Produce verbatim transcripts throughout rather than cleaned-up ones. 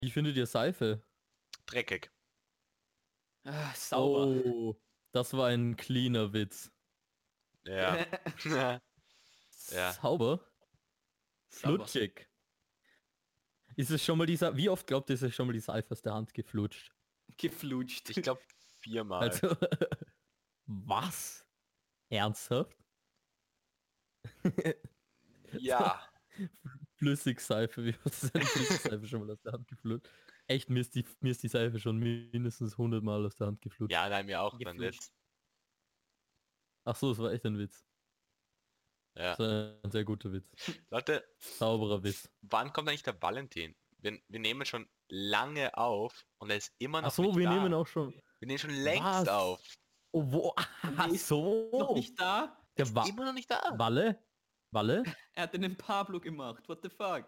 Wie findet ihr Seife? Dreckig. Ah, sauber. Oh, das war ein cleaner Witz. Ja. Ja. Sauber? Sauber. Flutschig. Ist es schon mal dieser, wie oft glaubt ihr, ist es schon mal die Seife aus der Hand geflutscht? Geflutscht. Ich glaube viermal. Also, was? Ernsthaft? Ja. Flüssigseife, wie oft ist eine Flüssigseife schon mal aus der Hand geflutscht? Echt, mir ist, die, mir ist die Seife schon mindestens hundert Mal aus der Hand geflutscht. Ja, nein, mir auch dann Geflutscht. jetzt. Ach so, es war echt ein Witz. Ja. Das war ein sehr guter Witz. Leute, Sauberer Witz. wann kommt eigentlich der Valentin? Wir, wir nehmen schon lange auf und er ist immer noch Ach so, nicht wir da. nehmen auch schon... Wir nehmen schon längst Was? auf. Oh, wo? Ach Nee, ist so. Noch nicht da? Der Ist Wa immer noch nicht da. Walle? Walle? Er hat einen Pablo gemacht. What the fuck?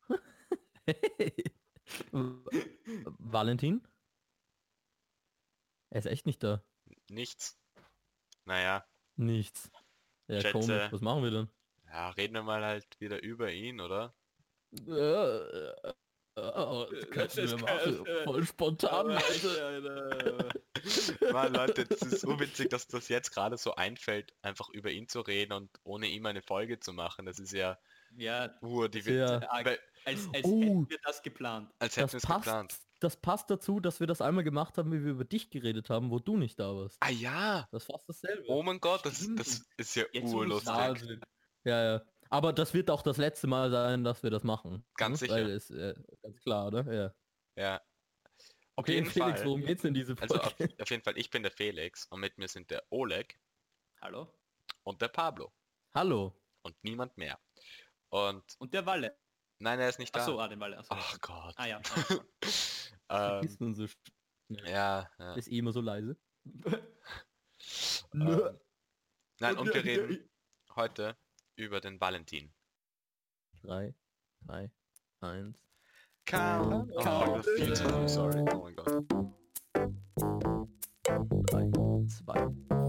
Valentin? Er ist echt nicht da. Nichts. Naja, Nichts. Ja, Schätze. komisch. Was machen wir denn? ja, reden wir mal halt wieder über ihn, oder? Äh, äh, oh, das könnten wir machen. Voll spontan, Leute. Mann, Leute, es ist unwitzig, dass das jetzt gerade so einfällt, einfach über ihn zu reden und ohne ihm eine Folge zu machen. Das ist ja Ja, ur die Sehr- Weil, als, als Oh. hätten wir das geplant. als hätten Das wir es passt, geplant. das passt dazu, dass wir das einmal gemacht haben, wie wir über dich geredet haben, wo du nicht da warst. Ah ja! Das ist fast dasselbe. Oh mein Gott, das, Stimmt. das ist ja Jetzt, wo du's urlustig. sagst. Wahnsinn. Ja, ja. Aber das wird auch das letzte Mal sein, dass wir das machen. Ganz Hm? sicher. Weil es, äh, ganz klar, oder? Ja. Ja. Auf Okay, jeden Felix, Fall. worum geht's in diese Folge? Also auf, auf jeden Fall, ich bin der Felix und mit mir sind der Oleg Hallo? und der Pablo Hallo. und niemand mehr. Und Und der Walle. nein, er ist nicht da. Achso, ah, den Walle. Achso. Ach Gott. Ah ja. Ähm, Ist nun so sch- ja, ja. ist eh immer so leise. Ähm, nein, und wir reden heute über den Valentin. Drei, drei, eins. Count, Oh, count, oh, viel zu früh, sorry. Oh mein Gott. Drei, zwei.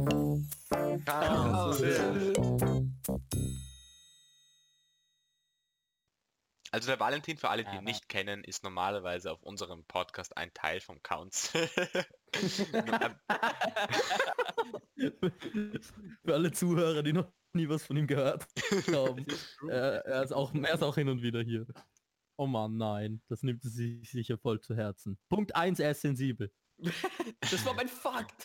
Also der Valentin, für alle, die Ja, ihn nicht kennen, ist normalerweise auf unserem Podcast ein Teil vom Counts. Für alle Zuhörer, die noch nie was von ihm gehört haben. äh, er, ist auch, er ist auch hin und wieder hier. Oh Mann, nein. Das nimmt es sich sicher voll zu Herzen. Punkt eins, er ist sensibel. Das war mein Fakt.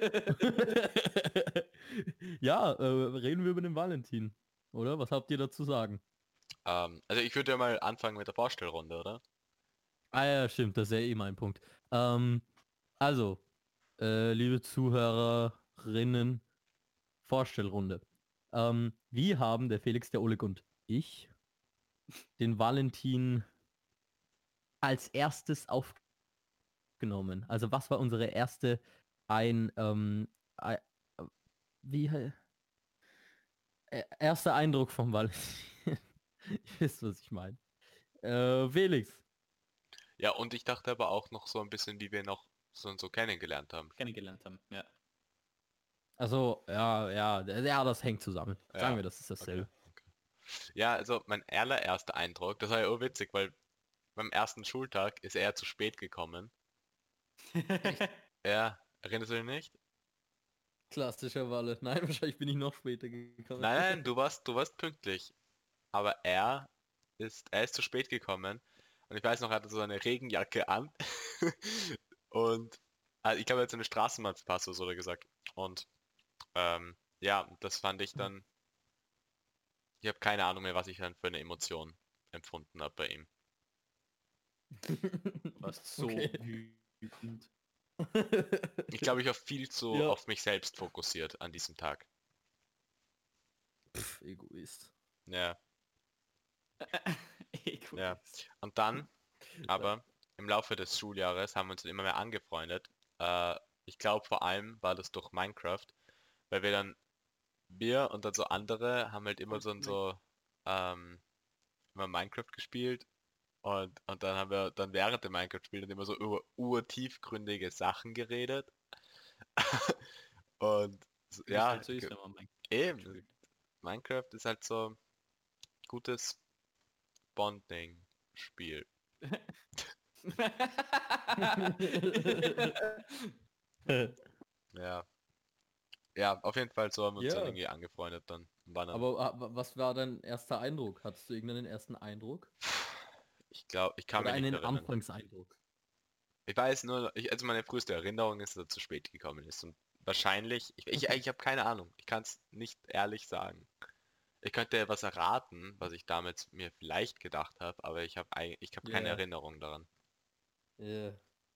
Ja, äh, reden wir über den Valentin. Oder? Was habt ihr dazu sagen? ähm, also ich würde ja mal anfangen mit der Vorstellrunde, oder? Ah ja, stimmt, das ist ja eh mein Punkt. Ähm, also, äh, liebe Zuhörerinnen, Vorstellrunde. Ähm, wie haben der Felix, der Oleg und ich den Valentin als erstes aufgenommen? Also was war unsere erste ein ähm, ei- wie he- äh, erster Eindruck vom Valentin? Ihr wisst, was ich meine. Äh, Felix. Ja, und ich dachte aber auch noch so ein bisschen, wie wir noch so und so kennengelernt haben. Kennengelernt haben, ja. Also, ja, ja, ja, das hängt zusammen. Ja, Sagen wir, das ist dasselbe. Ja, also mein allererster Eindruck, das war ja urwitzig, weil beim ersten Schultag ist er zu spät gekommen. Ja, erinnerst du dich nicht? Klassischer Walle. Nein, wahrscheinlich bin ich noch später gekommen. Nein, nein, du warst, du warst pünktlich. Aber er ist, er ist zu spät gekommen. Und ich weiß noch, er hatte so eine Regenjacke an. Und also ich glaube, er hat so eine Straßenbahn verpasst oder so gesagt. Und ähm, ja, das fand ich dann. Ich habe keine Ahnung mehr, was ich dann für eine Emotion empfunden habe bei ihm. Du warst so Okay. wütend. Ich glaube, ich war viel zu Ja. auf mich selbst fokussiert an diesem Tag. Pff, Egoist. Ja, Egoist. ja. Und dann, aber im Laufe des Schuljahres haben wir uns dann immer mehr angefreundet. Äh, ich glaube, vor allem war das durch Minecraft, weil wir dann, wir und dann so andere haben halt immer so und so ähm, immer Minecraft gespielt und, und dann haben wir dann während dem Minecraft-Spiel dann immer so über urtiefgründige Sachen geredet. Und so- Wie es ja, halt so ist, wenn man Minecraft eben, spielt. Minecraft ist halt so gutes Bonding-Spiel. Ja. Ja, auf jeden Fall so haben wir uns Ja. dann irgendwie angefreundet dann. Und waren dann, Aber ah, wa- was war dein erster Eindruck? Hattest du irgendeinen ersten Eindruck? ich glaube, ich kann Oder mich nicht einen erinnern. Anfangseindruck? Ich weiß nur, ich, also meine früheste Erinnerung ist, dass er zu spät gekommen ist. Und wahrscheinlich, ich, ich, ich habe keine Ahnung. Ich kann es nicht ehrlich sagen. Ich könnte was erraten, was ich damals mir vielleicht gedacht habe, aber ich habe ich habe keine Ja. Erinnerung daran. Ja.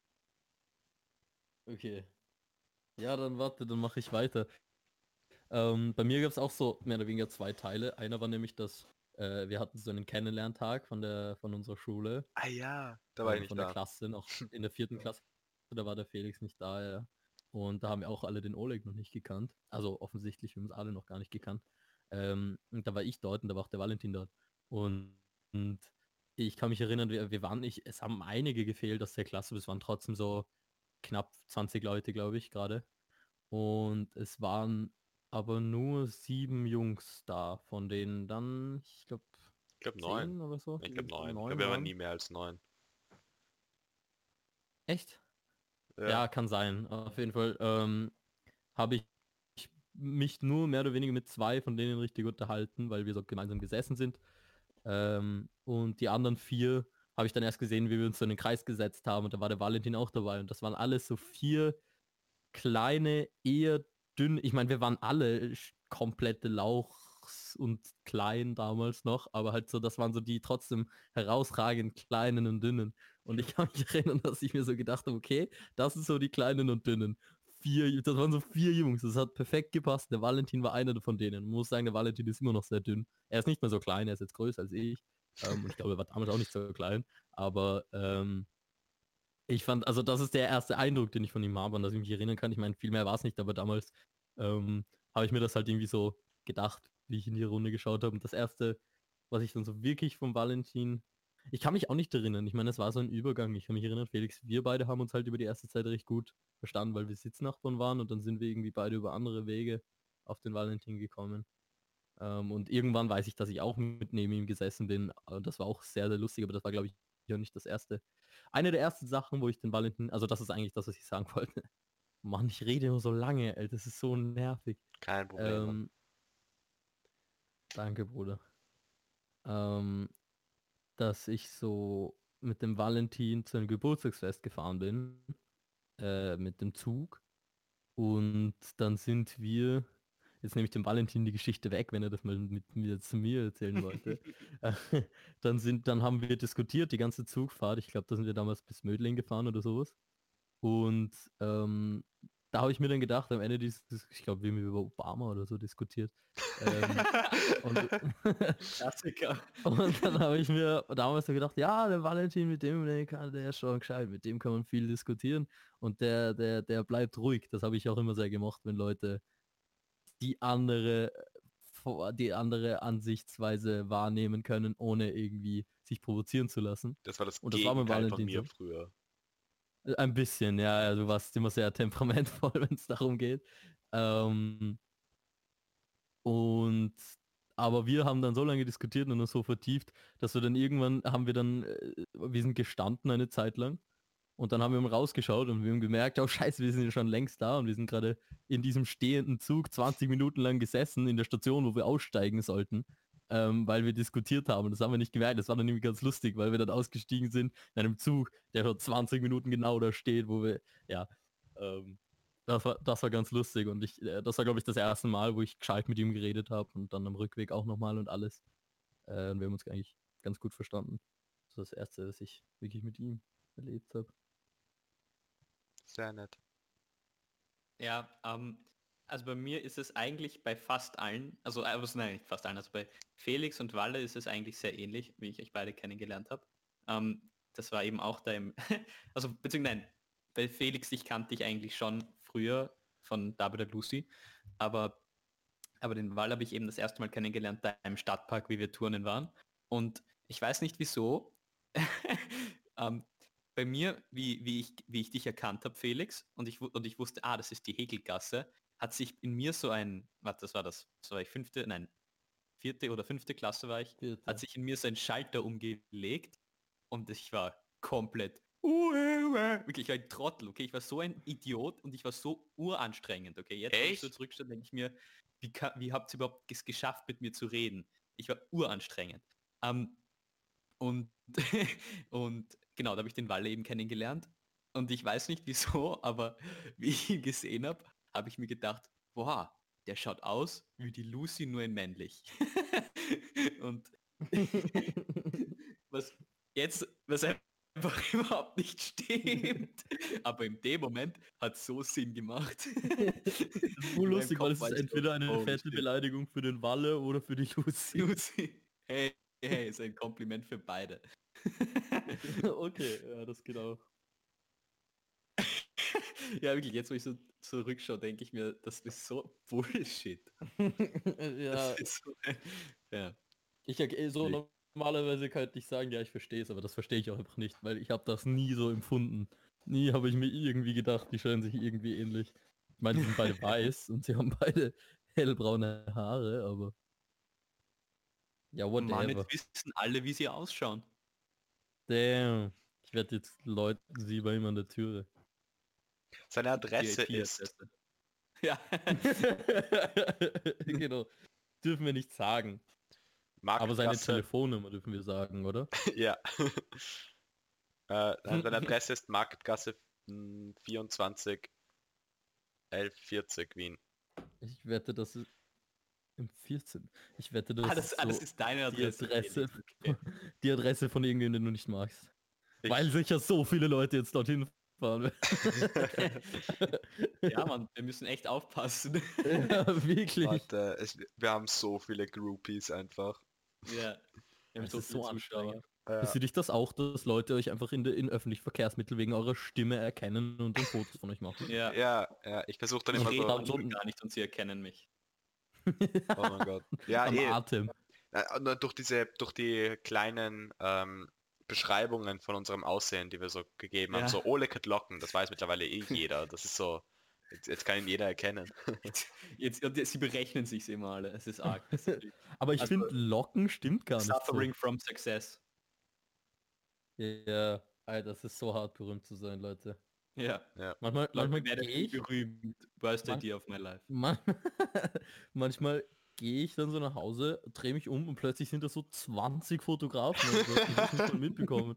Okay. Ja, dann warte, dann mache ich weiter. Ähm, bei mir gab es auch so mehr oder weniger zwei Teile. Einer war nämlich, dass äh, wir hatten so einen Kennenlerntag von der von unserer Schule, Ah ja, da war ich äh, nicht von der da. Klasse, noch in der vierten Klasse. Da war der Felix nicht da, ja. Und da haben wir auch alle den Oleg noch nicht gekannt. Also offensichtlich, wir haben uns alle noch gar nicht gekannt. Ähm, und da war ich dort und da war auch der Valentin dort. Und, und ich kann mich erinnern, wir, wir waren nicht, es haben einige gefehlt aus der Klasse, aber es waren trotzdem so knapp zwanzig Leute, glaube ich, gerade. Und es waren aber nur sieben Jungs da, von denen dann, ich glaube, Ich glaube neun. zehn oder so, Ich die glaube so neun. Ich glaube, neun wir waren waren. nie mehr als neun. Echt? Ja. Ja, kann sein. Auf jeden Fall ähm, habe ich mich nur mehr oder weniger mit zwei von denen richtig unterhalten, weil wir so gemeinsam gesessen sind. Ähm, und die anderen vier habe ich dann erst gesehen, wie wir uns so in den Kreis gesetzt haben und da war der Valentin auch dabei und das waren alles so vier kleine, eher dünn. Ich meine, wir waren alle sch- komplette Lauchs und klein damals noch, aber halt so, das waren so die trotzdem herausragend kleinen und dünnen. Und ich kann mich erinnern, dass ich mir so gedacht habe, okay, das sind so die kleinen und dünnen. Vier, das waren so vier Jungs, das hat perfekt gepasst. Der Valentin war einer von denen. Man muss sagen, der Valentin ist immer noch sehr dünn. Er ist nicht mehr so klein, er ist jetzt größer als ich. Ähm, und ich glaube, er war damals auch nicht so klein. Aber ähm, ich fand, also das ist der erste Eindruck, den ich von ihm habe, an das ich mich erinnern kann. Ich meine, viel mehr war es nicht, aber damals ähm, habe ich mir das halt irgendwie so gedacht, wie ich in die Runde geschaut habe. Und das erste, was ich dann so wirklich vom Valentin, ich kann mich auch nicht erinnern. Ich meine, es war so ein Übergang. Ich kann mich erinnern, Felix, wir beide haben uns halt über die erste Zeit recht gut verstanden, weil wir Sitznachbarn waren und dann sind wir irgendwie beide über andere Wege auf den Valentin gekommen. Ähm, und irgendwann weiß ich, dass ich auch mit neben ihm gesessen bin. Und das war auch sehr, sehr lustig, aber das war, glaube ich, ja nicht das erste. Eine der ersten Sachen, wo ich den Valentin, also das ist eigentlich das, was ich sagen wollte. Mann, ich rede immer so lange, ey, das ist so nervig. Kein Problem, Mann. Ähm, danke, Bruder. Ähm, dass ich so mit dem Valentin zu einem Geburtstagsfest gefahren bin, äh, mit dem Zug. Und dann sind wir, jetzt nehme ich dem Valentin die Geschichte weg, wenn er das mal mit mir zu mir erzählen wollte. Äh, dann sind, dann haben wir diskutiert, die ganze Zugfahrt. Ich glaube, da sind wir damals bis Mödling gefahren oder sowas. Und ähm, da habe ich mir dann gedacht, am Ende dieses, ich glaube, wir haben über Obama oder so diskutiert. Ähm, und, Klassiker. und dann habe ich mir damals so gedacht, ja, der Valentin, mit dem, der, kann, der ist schon gescheit, mit dem kann man viel diskutieren. Und der, der, der bleibt ruhig. Das habe ich auch immer sehr gemocht, wenn Leute die andere, die andere Ansichtsweise wahrnehmen können, ohne irgendwie sich provozieren zu lassen. Das war das Und das war mit Gegenteil von Valentin mir so. früher. Ein bisschen, ja, ja, du warst immer sehr temperamentvoll, wenn es darum geht. Ähm, und aber wir haben dann so lange diskutiert und uns so vertieft, dass wir dann irgendwann haben wir dann, äh, wir sind gestanden eine Zeit lang und dann haben wir mal rausgeschaut und wir haben gemerkt, oh scheiße, wir sind ja schon längst da und wir sind gerade in diesem stehenden Zug zwanzig Minuten lang gesessen in der Station, wo wir aussteigen sollten, ähm, weil wir diskutiert haben. Das haben wir nicht gemerkt. Das war dann nämlich ganz lustig, weil wir dann ausgestiegen sind in einem Zug, der schon zwanzig Minuten genau da steht, wo wir, ja, ähm, das war, das war ganz lustig und ich, äh, das war glaube ich das erste Mal, wo ich gescheit mit ihm geredet habe und dann am Rückweg auch nochmal und alles. Äh, und wir haben uns eigentlich ganz gut verstanden. Das ist das erste, was ich wirklich mit ihm erlebt habe. Sehr nett. Ja, ähm, also bei mir ist es eigentlich bei fast allen, also, also nein, nicht fast allen, also bei Felix und Walle ist es eigentlich sehr ähnlich, wie ich euch beide kennengelernt habe. Ähm, das war eben auch da im, also beziehungsweise nein, bei Felix, ich kannte ich eigentlich schon früher von Da bei der Lucy, aber, aber den Walle habe ich eben das erste Mal kennengelernt da im Stadtpark, wie wir turnen waren. Und ich weiß nicht wieso, ähm, bei mir, wie, wie, ich, wie ich dich erkannt habe, Felix, und ich, wu- und ich wusste, ah, das ist die Hegelgasse, hat sich in mir so ein, warte, das war das, das war ich fünfte, nein, vierte oder fünfte Klasse war ich, hat Vierte. sich in mir so ein Schalter umgelegt und ich war komplett Wirklich, ich war ein Trottel, okay? Ich war so ein Idiot und ich war so uranstrengend, okay? Jetzt, wenn ich so Echt? zurückstehe, denke ich mir, wie, ka- wie habt ihr überhaupt es geschafft, mit mir zu reden? Ich war uranstrengend. Ähm, und, und genau, da habe ich den Walle eben kennengelernt. Und ich weiß nicht wieso, aber wie ich ihn gesehen habe, habe ich mir gedacht, boah, der schaut aus wie die Lucy nur in männlich. Und was jetzt, was einfach überhaupt nicht stimmt. Aber in dem Moment hat so Sinn gemacht. Das ist wohl In meinem lustig, weil Kopf es war ist ich so, entweder eine holy fette shit. Beleidigung für den Walle oder für die Lucy. Lucy. Hey, hey, ist ein Kompliment für beide. Okay, ja, das geht auch. Ja, wirklich, jetzt wo ich so zurückschaue, denke ich mir, das ist so Bullshit. Ja, Das ist so ein, ja. ich erk- so Nee. normalerweise könnte ich sagen, ja, ich verstehe es, aber das verstehe ich auch einfach nicht, weil ich habe das nie so empfunden. Nie habe ich mir irgendwie gedacht, die scheinen sich irgendwie ähnlich. Ich meine, sie sind beide weiß und sie haben beide hellbraune Haare, aber ja, Mann, whatever. jetzt wissen alle, wie sie ausschauen. Damn. Ich werde jetzt Leute sie bei ihm an der Türe. Seine Adresse V I ist. P-Adresse. Ja. Genau. Dürfen wir nicht sagen. Aber seine Marktgasse. Telefonnummer dürfen wir sagen, oder? Ja. äh, nein, seine Adresse ist Marktgasse mm, vierundzwanzig elf vierzig Wien. Ich wette, das ist im vierzehn. Ich wette, das Ah, das, ist ah, das so ist deine die Adresse. Adresse, Felix, okay. die Adresse von irgendjemandem, den du nicht magst. Ich, Weil sicher so viele Leute jetzt dorthin fahren werden. Ja, Mann, wir müssen echt aufpassen. Ja, wirklich. Warte, es, wir haben so viele Groupies einfach. Ja. Wir haben Es so ist viele so Zuschauer. anstrengend. Ja. Passiert dich das auch, dass Leute euch einfach in, de, in öffentlichen Verkehrsmitteln wegen eurer Stimme erkennen und dann Fotos von euch machen? Ja. Ja, ja, ich versuche dann Ich immer rede so. dann manchmal so- gar nicht und sie erkennen mich. Oh mein Gott. Ja, Am eh. Atem. Äh, nur durch diese, durch die kleinen ähm, Beschreibungen von unserem Aussehen, die wir so gegeben haben. Ja. So Ole Cat Locken, das weiß mittlerweile eh jeder. Das ist so, jetzt, jetzt kann ihn jeder erkennen. Jetzt, und sie berechnen sich immer alle. Es ist arg. Es ist Aber ich Also, finde, Locken stimmt gar nicht so. Suffering from success. Ja, Alter, das ist so hart, berühmt zu sein, Leute. Ja. Manchmal, manchmal Leute werden gehe nie ich, berühmt. Worst Man- idea of my life. man, manchmal gehe ich dann so nach Hause, drehe mich um und plötzlich sind da so zwanzig Fotografen und so, ich das nicht mal mitbekommen.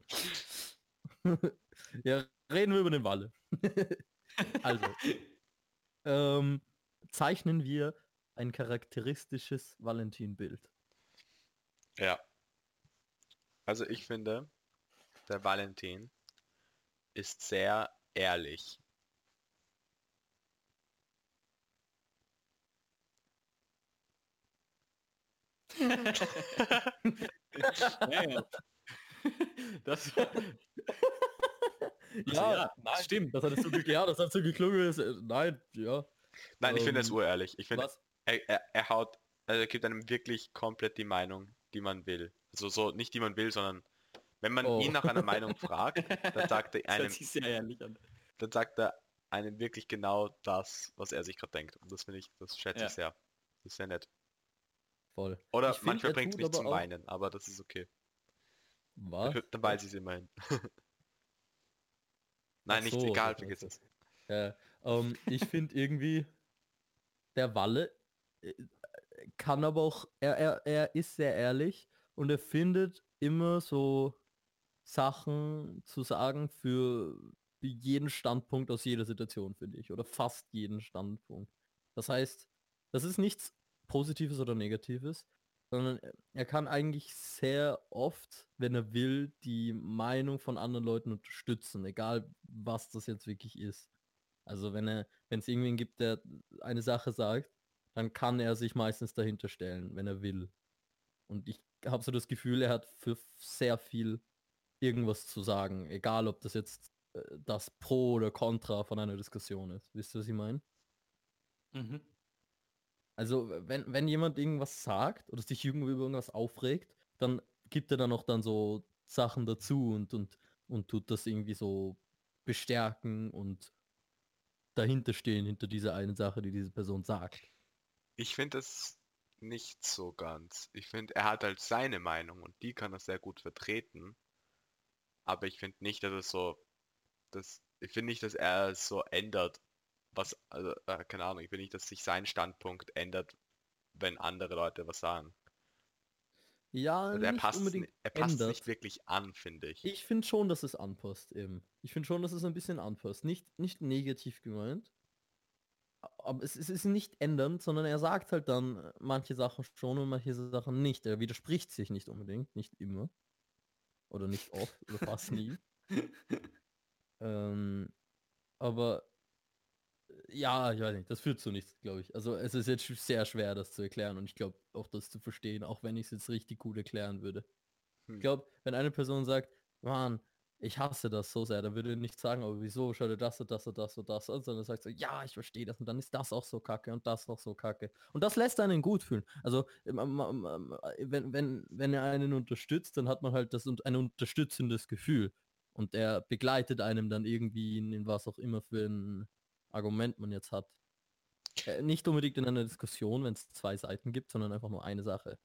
Ja, reden wir über den Walle. Also, ähm, zeichnen wir ein charakteristisches Valentin-Bild. Ja. Also ich finde, der Valentin ist sehr ehrlich. Ja, ja. Das, Ja, ja, nein, stimmt. Das hat so, ge- ja, das hat so geklungen. das- äh, Nein, ja. Nein, ich finde es Ähm, urehrlich. Ich finde, Was? er, er, er haut, also er gibt einem wirklich komplett die Meinung, die man will. Also so, nicht die man will, sondern wenn man Oh. ihn nach einer Meinung fragt, dann sagt er Das hört einem, sich sehr ehrlich an. dann sagt er einem wirklich genau das, was er sich gerade denkt. Und das finde ich, das schätze Ja. ich sehr. Das ist sehr nett. Voll. Oder Ich find, manchmal er bringt es tut mich aber zum auch- Weinen, aber das ist okay. Was? Dann weiß ich es immerhin. Nein, Ach nicht so, egal, das vergiss meinst es. Ja, ähm, ich finde irgendwie, der Walle äh, kann aber auch, er, er, er ist sehr ehrlich und er findet immer so Sachen zu sagen für jeden Standpunkt aus jeder Situation, finde ich. Oder fast jeden Standpunkt. Das heißt, das ist nichts Positives oder Negatives, sondern er- er kann eigentlich sehr oft, wenn er will, die Meinung von anderen Leuten unterstützen, egal was das jetzt wirklich ist. Also wenn er, wenn es irgendwen gibt, der eine Sache sagt, dann kann er sich meistens dahinter stellen, wenn er will. Und ich habe so das Gefühl, er hat für sehr viel irgendwas zu sagen, egal ob das jetzt äh, das Pro oder Contra von einer Diskussion ist. Wisst ihr, was ich meine? Mhm. Also wenn, wenn jemand irgendwas sagt oder sich irgendwie über irgendwas aufregt, dann gibt er dann auch dann so Sachen dazu und, und, und tut das irgendwie so bestärken und dahinter stehen, hinter dieser einen Sache, die diese Person sagt. Ich finde es nicht so ganz. Ich finde, er hat halt seine Meinung und die kann er sehr gut vertreten. Aber ich finde nicht, dass es so das, ich finde nicht, dass er es so ändert, was, also, äh, keine Ahnung, ich finde nicht, dass sich sein Standpunkt ändert, wenn andere Leute was sagen. Ja, Also er nicht passt, unbedingt er passt es nicht ändert. wirklich an, finde ich. Ich finde schon, dass es anpasst eben. Ich finde schon, dass es ein bisschen anpasst. Nicht, nicht negativ gemeint. Aber es, es ist nicht ändernd, sondern er sagt halt dann äh, manche Sachen schon und manche Sachen nicht. Er widerspricht sich nicht unbedingt, nicht immer. Oder nicht oft, oder fast nie. Ähm, aber äh, ja, ich weiß nicht, das führt zu nichts, glaube ich. Also es ist jetzt sch- sehr schwer, das zu erklären und ich glaube auch das zu verstehen, auch wenn ich es jetzt richtig gut erklären würde. Ich Hm. glaube, wenn eine Person sagt, Mann, ich hasse das so sehr, dann würde er nicht sagen, aber wieso, schau dir das und das und das und das an, sondern sagt so, ja, ich verstehe das und dann ist das auch so kacke und das auch so kacke. Und das lässt einen gut fühlen. Also, ähm, ähm, ähm, ähm, wenn, wenn, wenn er einen unterstützt, dann hat man halt das und ein unterstützendes Gefühl. Und er begleitet einem dann irgendwie in, in was auch immer für ein Argument man jetzt hat. Äh, nicht unbedingt in einer Diskussion, wenn es zwei Seiten gibt, sondern einfach nur eine Sache.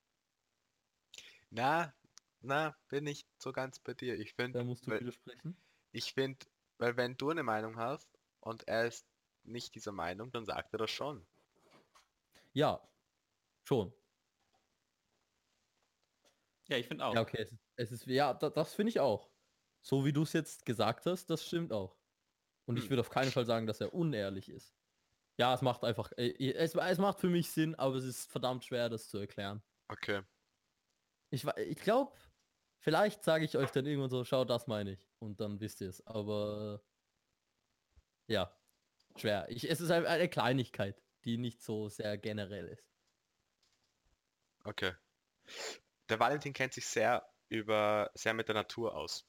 Na, na, bin ich so ganz bei dir. Ich finde, Da musst du widersprechen. ich finde, weil wenn du eine Meinung hast und er ist nicht dieser Meinung, dann sagt er das schon. Ja, schon. Ja, ich finde auch. Ja, okay, es ist, es ist ja, da, das finde ich auch. So wie du es jetzt gesagt hast, das stimmt auch. Und ich Hm, würde auf keinen Fall sagen, dass er unehrlich ist. Ja, es macht einfach, äh, es, es macht für mich Sinn, aber es ist verdammt schwer, das zu erklären. okay. Ich, wa- ich glaube, vielleicht sage ich euch dann irgendwann so, schau, das meine ich. Und dann wisst ihr es. Aber ja, schwer. Ich, es ist ein- eine Kleinigkeit, die nicht so sehr generell ist. Okay. Der Valentin kennt sich sehr über, sehr mit der Natur aus.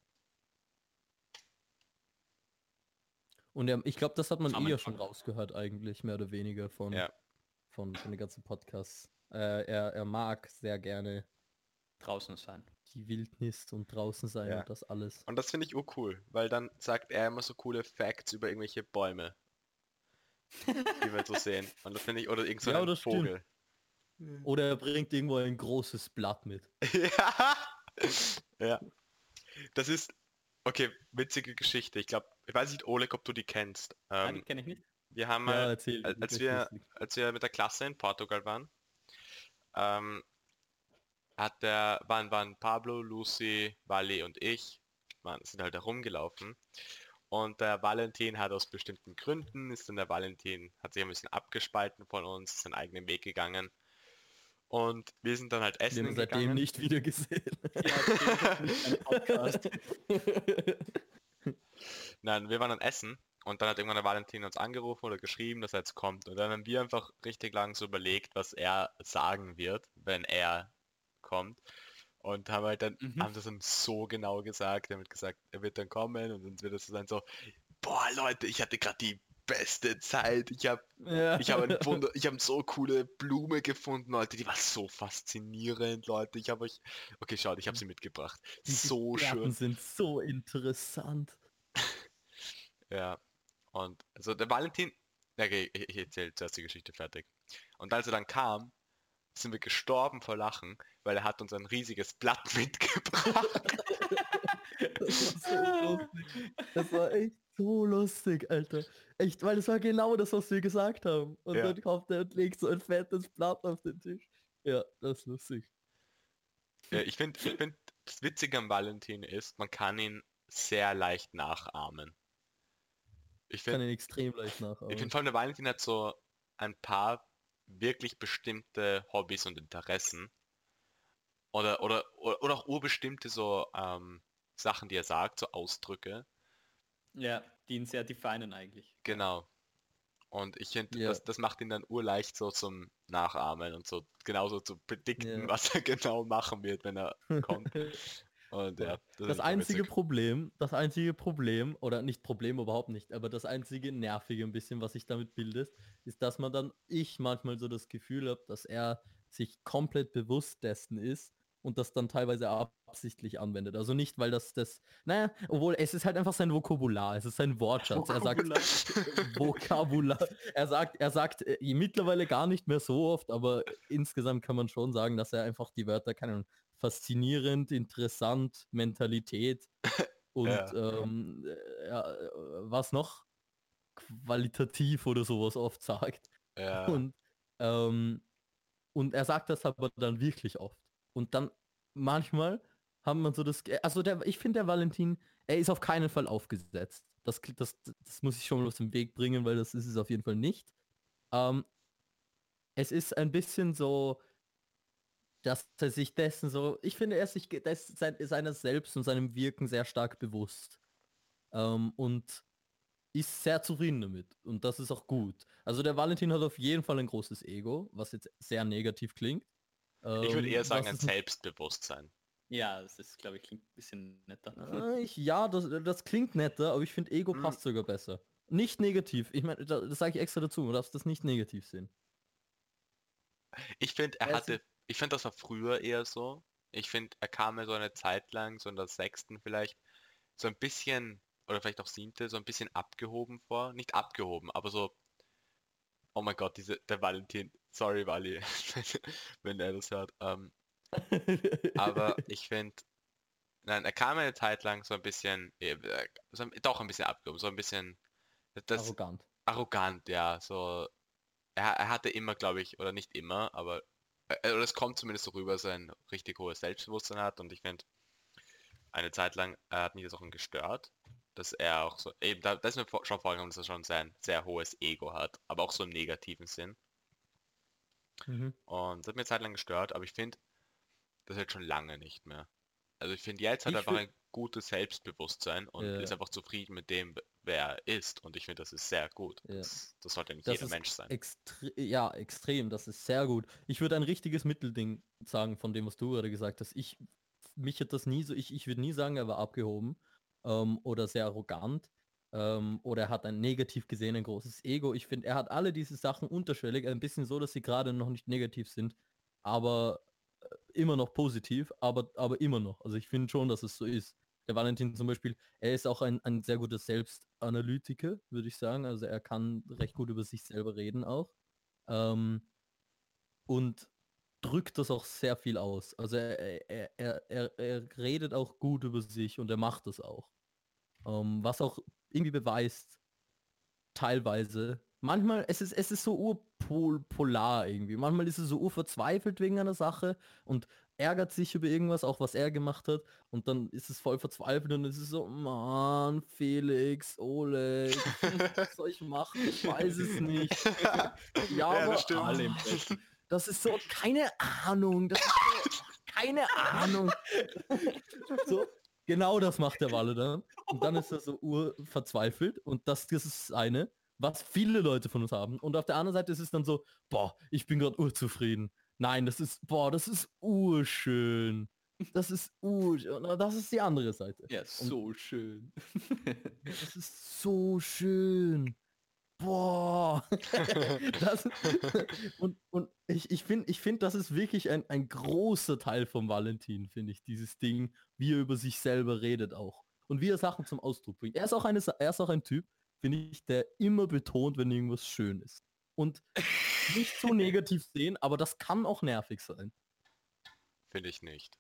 Und er, ich glaube, das hat man eh ja schon Zusammenfassen. rausgehört eigentlich, mehr oder weniger von, Ja. von, von den ganzen Podcasts. Äh, er, er mag sehr gerne Draußen sein. die Wildnis und draußen sein Ja. und das alles. Und das finde ich urcool, weil dann sagt er immer so coole Facts über irgendwelche Bäume, die wir so sehen. Und das finde ich, oder irgend so Ja, einen das stimmt. Vogel. Oder er bringt irgendwo ein großes Blatt mit. Ja. Ja. Das ist, okay, witzige Geschichte. Ich glaube, ich weiß nicht, Oleg, ob du die kennst. Nein, die Ähm, kenne ich nicht. wir haben Ja, mal, erzähl, al- das ist als echt wir, lustig. als wir mit der Klasse in Portugal waren, ähm, hat der, waren, waren Pablo, Lucy, Wally und ich, waren, sind halt herumgelaufen. Und der Valentin hat aus bestimmten Gründen, ist dann der Valentin, hat sich ein bisschen abgespalten von uns, ist seinen eigenen Weg gegangen. Und wir sind dann halt Wir essen haben ihn seitdem gegangen. nicht wieder gesehen. Ja, das ist nicht ein Podcast. Nein, wir waren dann essen und dann hat irgendwann der Valentin uns angerufen oder geschrieben, dass er jetzt kommt. Und dann haben wir einfach richtig lang so überlegt, was er sagen wird, wenn er kommt. Und haben halt dann, Mhm. haben das dann so genau gesagt. Er hat gesagt, er wird dann kommen und dann wird es dann so, boah Leute, ich hatte gerade die beste Zeit. Ich habe Ja. ich habe ein Wunder, ich habe so coole Blume gefunden, Leute. Die war so faszinierend, Leute. Ich habe euch, okay, schaut, ich habe sie mitgebracht. Die So Gärten schön. sind so interessant. Ja. Und also der Valentin, okay, ich, ich erzähle zuerst die Geschichte fertig. Und als er dann kam, sind wir gestorben vor Lachen, weil er hat uns ein riesiges Blatt mitgebracht. Das war so lustig. Das war echt so lustig, Alter. Echt, weil das war genau das, was wir gesagt haben. Und Ja. dann kommt er und legt so ein fettes Blatt auf den Tisch. Ja, das ist lustig. Ja, ich finde, ich find, das Witzige am Valentin ist, man kann ihn sehr leicht nachahmen. Ich Ich kann finde, ihn extrem leicht ich nachahmen. finde vor allem der Valentin hat so ein paar wirklich bestimmte Hobbys und Interessen. Oder, oder, oder, oder auch urbestimmte so ähm, Sachen, die er sagt, so Ausdrücke. Ja, die ihn sehr definen eigentlich. Genau. Und ich finde, Ja. das, das macht ihn dann urleicht so zum Nachahmen und so genauso zu predikten, Ja. was er genau machen wird, wenn er kommt. Und ja, das, Das ist einzige witzig. Problem, das einzige Problem, oder nicht Problem überhaupt nicht, aber das einzige Nervige ein bisschen, was sich damit bildet, ist, dass man dann, ich manchmal so das Gefühl habe, dass er sich komplett bewusst dessen ist und das dann teilweise absichtlich anwendet. Also nicht, weil das das, naja, obwohl es ist halt einfach sein Vokabular, es ist sein Wortschatz. Er sagt Vokabular. Er sagt, er sagt äh, mittlerweile gar nicht mehr so oft, aber insgesamt kann man schon sagen, dass er einfach die Wörter, keine Ahnung, faszinierend, interessant, Mentalität und Ja. ähm, äh, ja, äh, was noch qualitativ oder sowas oft sagt. Ja. Und, ähm, und er sagt das aber dann wirklich oft. Und dann manchmal haben man so das, also der, ich finde der Valentin, er ist auf keinen Fall aufgesetzt. Das, das, das muss ich schon mal aus dem Weg bringen, weil das ist es auf jeden Fall nicht. Ähm, es ist ein bisschen so, dass er sich dessen so, ich finde, er ist sich des, sein, seiner selbst und seinem Wirken sehr stark bewusst. Ähm, und ist sehr zufrieden damit. Und das ist auch gut. Also der Valentin hat auf jeden Fall ein großes Ego, was jetzt sehr negativ klingt. Ich würde Ähm, eher sagen, was ein es nicht, Selbstbewusstsein. Ja, das ist, glaube ich, klingt ein bisschen netter. äh, ich, ja, das, das klingt netter, aber ich finde Ego Hm, passt sogar besser. Nicht negativ. Ich meine, da, das sage ich extra dazu. Du darfst das nicht negativ sehen. Ich finde, er Es ist, hatte, ich finde, das war früher eher so. Ich finde, er kam mir so eine Zeit lang, so in der sechsten vielleicht, so ein bisschen, oder vielleicht auch siebte, so ein bisschen abgehoben vor. Nicht abgehoben, aber so, oh mein Gott, diese, der Valentin, sorry, Wally, wenn er das hört. Ähm, aber ich finde, nein, er kam eine Zeit lang so ein bisschen, äh, so, doch ein bisschen abgehoben, so ein bisschen, das, arrogant. arrogant, ja, so, er, er hatte immer, glaube ich, oder nicht immer, aber äh, oder es kommt zumindest so rüber, dass er ein richtig hohes Selbstbewusstsein hat und ich finde, eine Zeit lang äh, hat mich das auch gestört, dass er auch so, eben, da, da ist mir vor- schon vorgekommen, dass er schon sein sehr hohes Ego hat, aber auch so im negativen Sinn. Mhm. Und das hat mir eine Zeit lang gestört, aber ich finde, das ist jetzt schon lange nicht mehr. Also ich finde, jetzt hat er Ich einfach finde, ein gutes Selbstbewusstsein und ist ja, einfach zufrieden mit dem, wer er ist. Und ich finde, das ist sehr gut. ja. Das, das sollte nicht Das jeder ist Mensch sein. extre ja, extrem, das ist sehr gut. Ich würde ein richtiges Mittelding sagen von dem, was du gerade gesagt hast. Ich, mich hat das nie so, ich, ich würde nie sagen, er war abgehoben ähm, oder sehr arrogant ähm, oder er hat ein negativ gesehen ein großes Ego. Ich finde, er hat alle diese Sachen unterschwellig, ein bisschen so, dass sie gerade noch nicht negativ sind, aber äh, immer noch positiv, aber, aber immer noch. Also ich finde schon, dass es so ist. Der Valentin zum Beispiel, er ist auch ein, ein sehr guter Selbstanalytiker, würde ich sagen. Also er kann recht gut über sich selber reden auch. Ähm, und drückt das auch sehr viel aus. Also er, er, er, er, er redet auch gut über sich und er macht das auch. Ähm, was auch irgendwie beweist, teilweise. Manchmal, es ist, es ist so urpolar irgendwie. Manchmal ist es so urverzweifelt wegen einer Sache und ärgert sich über irgendwas, auch was er gemacht hat. Und dann ist es voll verzweifelt und es ist so, Mann, Felix, Oleg, was soll ich machen? Ich weiß es nicht. Ja, Ja, das aber stimmt. Alle ah, Impression. das ist so, keine Ahnung. Das ist so, keine Ahnung. So, genau das macht der Walle dann. Und dann ist er so urverzweifelt und das, das ist das eine, was viele Leute von uns haben. Und auf der anderen Seite ist es dann so, boah, ich bin gerade urzufrieden. Nein, das ist, boah, das ist urschön. Das ist urschön. Und das ist die andere Seite. Ja, Und so schön. ja, das ist so schön. Boah. das, und, und ich, ich finde, ich find, das ist wirklich ein, ein großer Teil vom Valentin, finde ich, dieses Ding, wie er über sich selber redet auch. Und wie er Sachen zum Ausdruck bringt. Er ist auch, eine, Sa- er ist auch ein Typ, finde ich, der immer betont, wenn irgendwas schön ist. Und nicht so negativ sehen, aber das kann auch nervig sein. Finde ich nicht.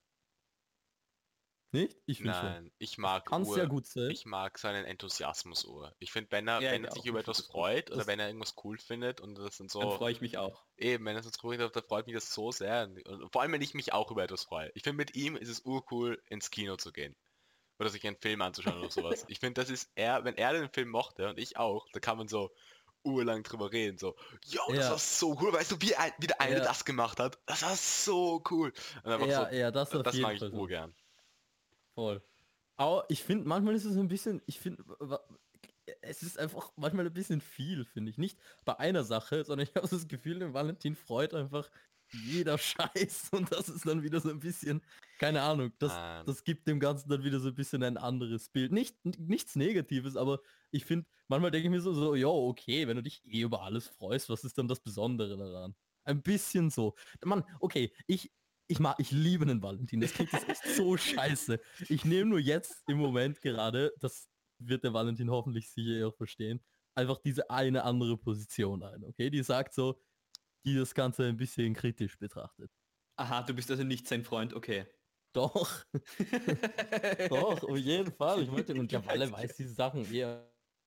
Nicht? Ich finde schon. Nein, ich Das mag kann sehr Ur, gut sein. ich mag seinen Enthusiasmus Ur. Ich finde, wenn er, Ja, wenn ich er sich auch. über Ich finde etwas das gut. freut oder Das, wenn er irgendwas cool findet und das sind Dann so, freue ich mich auch. eben, wenn er so cool ist, da freut mich das so sehr. Und vor allem, wenn ich mich auch über etwas freue. Ich finde, mit ihm ist es urcool, ins Kino zu gehen. Oder sich einen Film anzuschauen oder sowas. Ich finde, das ist er, wenn er den Film mochte und ich auch, da kann man so urlang drüber reden. So, yo, das war ja, so cool. Weißt du, wie, ein, wie der eine ja, das gemacht hat? Das war so cool. Und einfach so, ja, ja, das auf das jeden mag ich Fall so. urgern. Voll. Aber ich finde, manchmal ist es ein bisschen, ich finde, es ist einfach manchmal ein bisschen viel, finde ich. Nicht bei einer Sache, sondern ich habe so das Gefühl, den Valentin freut einfach jeder Scheiß und das ist dann wieder so ein bisschen, keine Ahnung, das, Ähm, das gibt dem Ganzen dann wieder so ein bisschen ein anderes Bild. Nicht, nichts Negatives, aber ich finde, manchmal denke ich mir so, so, jo, okay, wenn du dich eh über alles freust, was ist dann das Besondere daran? Ein bisschen so. Mann, okay, ich, ich mag, ich liebe den Valentin. Das klingt jetzt echt so scheiße. Ich nehme nur jetzt im Moment gerade, das wird der Valentin hoffentlich sicher auch verstehen, einfach diese eine andere Position ein, okay? Die sagt so, die das Ganze ein bisschen kritisch betrachtet. Aha, du bist also nicht sein Freund, okay. Doch, doch, auf jeden Fall. Ich meinte, und ja, Walle weiß diese Sachen eher.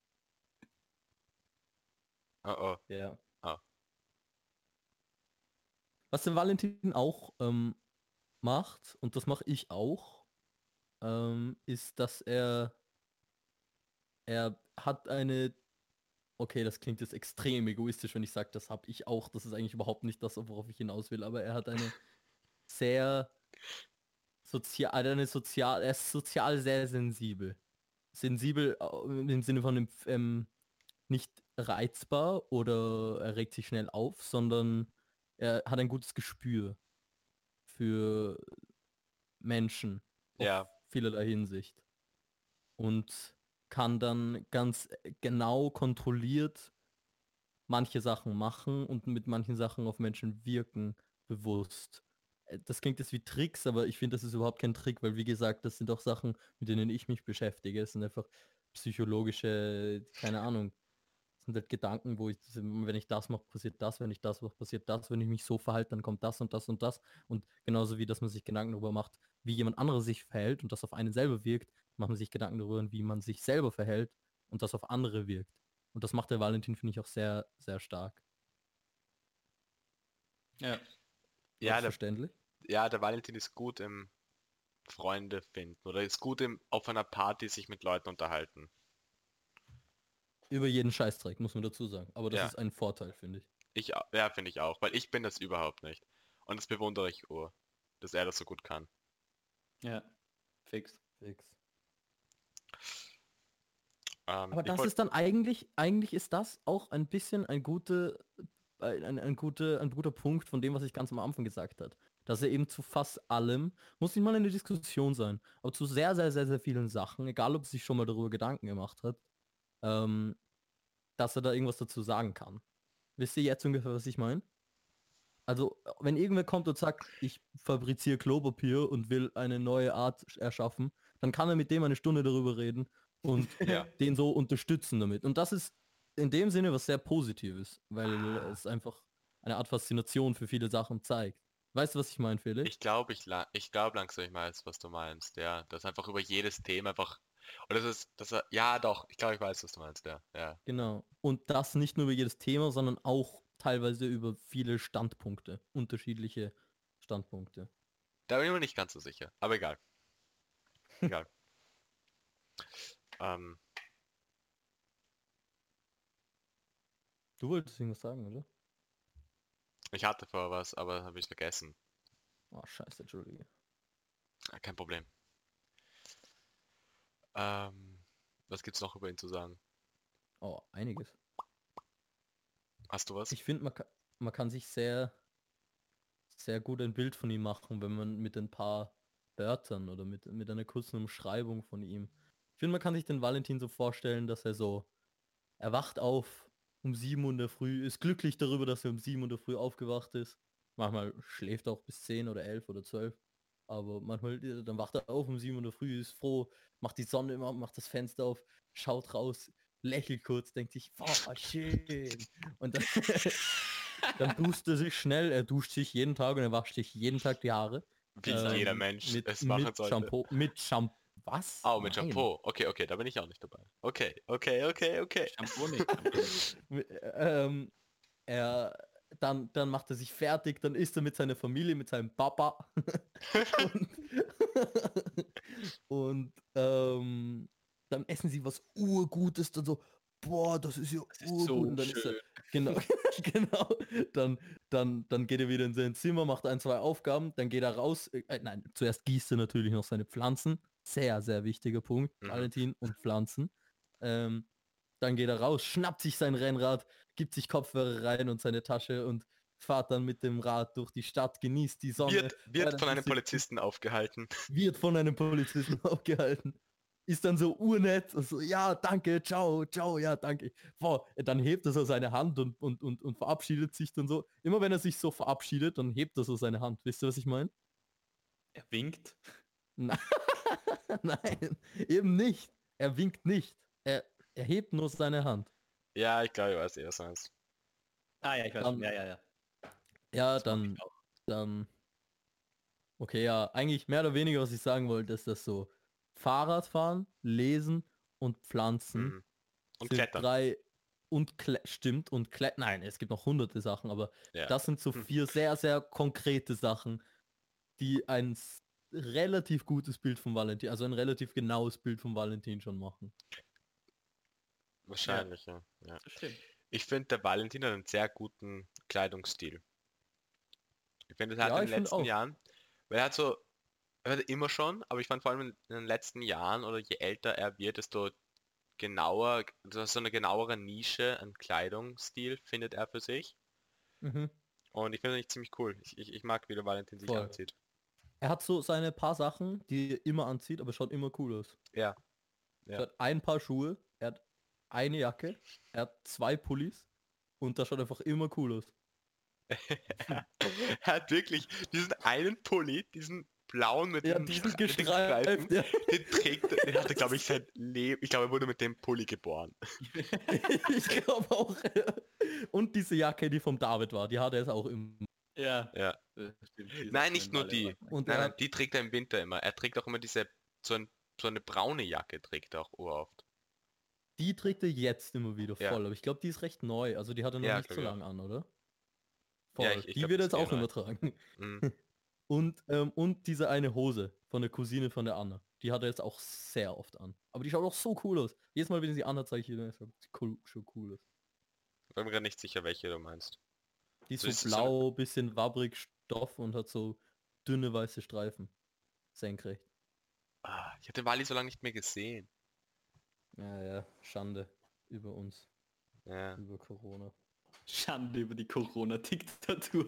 Oh oh. Ja. Ah. Was der Valentin auch ähm, macht, und das mache ich auch, ähm, ist, dass er er hat eine, okay, das klingt jetzt extrem egoistisch, wenn ich sage, das habe ich auch, das ist eigentlich überhaupt nicht das, worauf ich hinaus will, aber er hat eine sehr sozial, eine sozial, er ist sozial sehr sensibel. Sensibel äh, im Sinne von dem, ähm, nicht reizbar oder er regt sich schnell auf, sondern er hat ein gutes Gespür für Menschen auf Ja, vielerlei Hinsicht und kann dann ganz genau kontrolliert manche Sachen machen und mit manchen Sachen auf Menschen wirken, bewusst. Äh, Das klingt jetzt wie Tricks, aber ich finde, das ist überhaupt kein Trick, weil wie gesagt, das sind auch Sachen, mit denen ich mich beschäftige. Es sind einfach psychologische, keine Ahnung, es sind halt Gedanken, wo ich, wenn ich das mache, passiert das, wenn ich das mache, passiert das, wenn ich mich so verhalte, dann kommt das und das und das. Und genauso wie, dass man sich Gedanken darüber macht, wie jemand anderes sich verhält und das auf einen selber wirkt, macht man sich Gedanken darüber, wie man sich selber verhält und das auf andere wirkt. Und das macht der Valentin, finde ich, auch sehr, sehr stark. Ja. War ja, das der, verständlich? ja, der Valentin ist gut im Freunde finden oder ist gut im auf einer Party sich mit Leuten unterhalten. Über jeden Scheißdreck, muss man dazu sagen. Aber das Ja, ist ein Vorteil, finde ich. ich, au- ja, finde ich auch, weil ich bin das überhaupt nicht. Und das bewundere ich ur, dass er das so gut kann. Ja. Fix. Fix. Ähm, Aber ich das wollte, ist dann eigentlich, eigentlich ist das auch ein bisschen ein gute, ein, ein, ein, gute, ein guter Punkt von dem, was ich ganz am Anfang gesagt habe. Dass er eben zu fast allem, muss nicht mal eine Diskussion sein, aber zu sehr, sehr, sehr, sehr vielen Sachen, egal ob er sich schon mal darüber Gedanken gemacht hat, ähm, dass er da irgendwas dazu sagen kann. Wisst ihr jetzt ungefähr, was ich meine? Also, wenn irgendwer kommt und sagt, ich fabriziere Klopapier und will eine neue Art erschaffen, dann kann er mit dem eine Stunde darüber reden und ja, den so unterstützen damit. Und das ist in dem Sinne was sehr Positives, weil es einfach eine Art Faszination für viele Sachen zeigt. Weißt du, was ich meine, Felix? ich glaube, ich, la- ich glaube langsam, ich weiß, was du meinst. Ja, das einfach über jedes Thema einfach, oder das ist, das, er- ja, doch, ich glaube, ich weiß, was du meinst. Ja, ja. Genau. Und das nicht nur über jedes Thema, sondern auch teilweise über viele Standpunkte, unterschiedliche Standpunkte. Da bin ich mir nicht ganz so sicher. Aber egal, egal. Ähm, Du wolltest irgendwas sagen, oder? ich hatte vorher was, aber habe ich vergessen. Oh, scheiße, Entschuldige. Ja, kein Problem. Ähm, was gibt's noch über ihn zu sagen? Oh, einiges. Hast du was? Ich finde, man, ka- man kann sich sehr, sehr gut ein Bild von ihm machen, wenn man mit ein paar Wörtern oder mit, mit einer kurzen Umschreibung von ihm. Ich finde, man kann sich den Valentin so vorstellen, dass er so, er wacht auf um sieben Uhr in der Früh, ist glücklich darüber, dass er um sieben Uhr in der Früh aufgewacht ist. Manchmal schläft er auch bis zehn oder elf oder zwölf. Aber manchmal, äh, dann wacht er auf um sieben Uhr in der Früh, ist froh, macht die Sonne immer, macht das Fenster auf, schaut raus, lächelt kurz, denkt sich, boah, schön. Und dann, dann duscht er sich schnell, er duscht sich jeden Tag und er wascht sich jeden Tag die Haare. Wie jeder Ähm, Mensch mit, es machen mit sollte. Shampoo, mit Shampoo. Was? Oh, mit Nein. Shampoo. Okay, okay, da bin ich auch nicht dabei. Okay, okay, okay, okay. Shampoo nicht. Shampoo nicht. ähm, er, dann, dann macht er sich fertig, dann isst er mit seiner Familie, mit seinem Papa. und und ähm, dann essen sie was Urgutes, dann so, boah, das ist ja Das ist urgut. so Und dann ist er, schön. genau, genau, dann, dann, dann geht er wieder in sein Zimmer, macht ein, zwei Aufgaben, dann geht er raus. Äh, nein, zuerst gießt er natürlich noch seine Pflanzen. Sehr, sehr wichtiger Punkt, Mhm. Valentin und Pflanzen. Ähm, dann geht er raus, schnappt sich sein Rennrad, gibt sich Kopfhörer rein und seine Tasche und fahrt dann mit dem Rad durch die Stadt, genießt die Sonne, Wird, wird feiert von ein einem bisschen, Polizisten aufgehalten. wird von einem Polizisten aufgehalten, ist dann so urnett und so, ja, danke, ciao, ciao, ja, danke. Boah, dann hebt er so seine Hand und, und, und, und verabschiedet sich dann so. Immer wenn er sich so verabschiedet, dann hebt er so seine Hand. Wisst ihr, was ich meine? Er winkt. Nein, nein, eben nicht. Er winkt nicht. Er, er hebt nur seine Hand. Ja, ich glaube, ich weiß eher sonst. Ah ja, ich weiß schon. Dann, Ja, ja, ja. ja, Das mache ich dann, auch. dann Okay, ja, eigentlich mehr oder weniger, was ich sagen wollte, ist, dass so Fahrradfahren, Lesen und Pflanzen Mhm. Und sind Klettern. drei und Kle stimmt und Klettern, nein, es gibt noch hunderte Sachen, aber Ja. das sind so Hm. vier sehr, sehr konkrete Sachen, die ein s- relativ gutes Bild von Valentin, also ein relativ genaues Bild von Valentin schon machen. Wahrscheinlich, ja. ja. Das stimmt. Ich finde, der Valentin hat einen sehr guten Kleidungsstil. Ich finde, er hat Ja, in ich den finde letzten auch. Jahren, weil er hat so, er hat immer schon, aber ich fand vor allem in, in den letzten Jahren oder je älter er wird, desto genauer, also so eine genauere Nische an Kleidungsstil findet er für sich. Mhm, Und ich finde ihn ziemlich cool. Ich, ich, ich mag, wie der Valentin sich voll. anzieht. Er hat so seine paar Sachen, die er immer anzieht, aber schaut immer cool aus. Ja, Er ja. hat ein Paar Schuhe, er hat eine Jacke, er hat zwei Pullis und das schaut einfach immer cool aus. Er hat wirklich diesen einen Pulli, diesen blauen mit Ja, den, die sind Stre mit den Streifen, gestreift, ja. den trägt er, den hat er, glaube ich, sein Leben. Ich glaube, er wurde mit dem Pulli geboren. Ich glaube auch. Ja. Und diese Jacke, die vom David war, die hat er jetzt auch im. Ja, Ja. das stimmt. Die ist Nein, auch nicht mein nur Walle die. war. Und Nein, er nein, hat, die trägt er im Winter immer. Er trägt auch immer diese, so, ein, so eine braune Jacke trägt er auch oft. die trägt er jetzt immer wieder Ja, voll, aber ich glaube, die ist recht neu. Also die hat er noch ja, nicht so glaube ich auch. lange an, oder? Ja, Voll. ich, ich Die glaube, wird das er ist jetzt eh auch neu. immer tragen. Mhm. Und, ähm, und diese eine Hose von der Cousine von der Anna. Die hat er jetzt auch sehr oft an. Aber die schaut auch so cool aus. Jedes Mal, wenn ich sie anhat, zeige ich ihr, das schaut cool, schon cool aus. Ich bin mir gerade nicht sicher, welche du meinst. Die ist So so ist es so eine. blau, bisschen wabbrig Stoff und hat so dünne weiße Streifen. Senkrecht. Ah, ich hatte Wally so lange nicht mehr gesehen. Ja, ja, Schande über uns, Ja. über Corona. Schande über die Corona-Diktatur.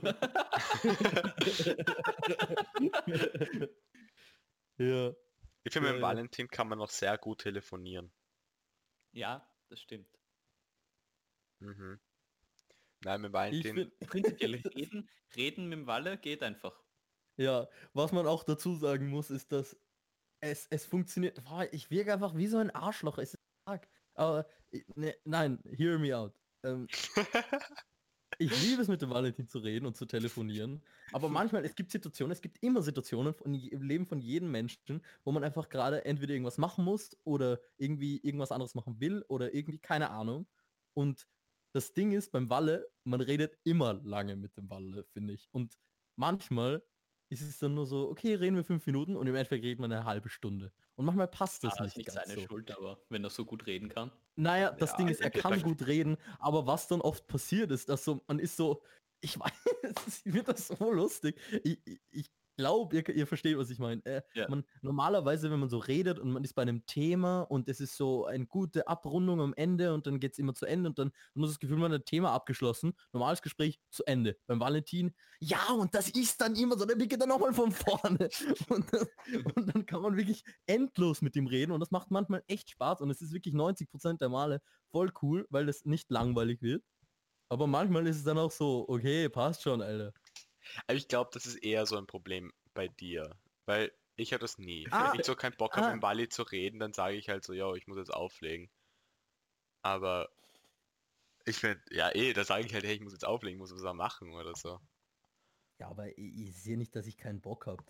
Ja, Ich finde, mit dem geil. Valentin kann man noch sehr gut telefonieren. Ja, das stimmt. Mhm. Nein, mit dem Ich Valentin. finde, Prinzipiell reden, reden mit dem Walle geht einfach. ja, was man auch dazu sagen muss, ist, dass es, es funktioniert. Boah, ich wirke einfach wie so ein Arschloch. Es ist stark. Aber ich- ne, nein, hear me out. Ähm, ich liebe es mit dem Valentin zu reden und zu telefonieren. Aber manchmal, es gibt Situationen, es gibt immer Situationen von, je- im Leben von jedem Menschen, wo man einfach gerade entweder irgendwas machen muss oder irgendwie irgendwas anderes machen will oder irgendwie keine Ahnung. Und das Ding ist beim Walle, man redet immer lange mit dem Walle, finde ich. Und manchmal ist es dann nur so, okay, reden wir fünf Minuten und im Endeffekt reden wir eine halbe Stunde. Und manchmal passt das Ah, ist nicht nicht ganz seine so. Schuld, aber wenn er so gut reden kann. Naja, das Ja, Ding ist, er das kann sagt- gut reden, aber was dann oft passiert ist, dass so, man ist so, ich weiß, ich finde das so lustig. Ich, ich, ich glaube, ihr, ihr versteht, was ich meine. Äh, Ja. man, normalerweise, wenn man so redet und man ist bei einem Thema und es ist so eine gute Abrundung am Ende und dann geht es immer zu Ende und dann hat man das Gefühl, man hat ein Thema abgeschlossen. Normales Gespräch zu Ende. Beim Valentin, ja, und das ist dann immer so, der geht dann nochmal von vorne. Und, das, und dann kann man wirklich endlos mit ihm reden und das macht manchmal echt Spaß und es ist wirklich neunzig Prozent der Male voll cool, weil es nicht langweilig wird. Aber manchmal ist es dann auch so, okay, passt schon, Alter. Aber ich glaube, das ist eher so ein Problem bei dir. Weil ich habe das nie. Ah, Wenn ich so keinen Bock habe, ah. mit dem Wally zu reden, dann sage ich halt so, ja, ich muss jetzt auflegen. Aber ich finde, ja eh, da sage ich halt, hey, ich muss jetzt auflegen, muss was machen oder so. Ja, aber ich, ich sehe nicht, dass ich keinen Bock habe.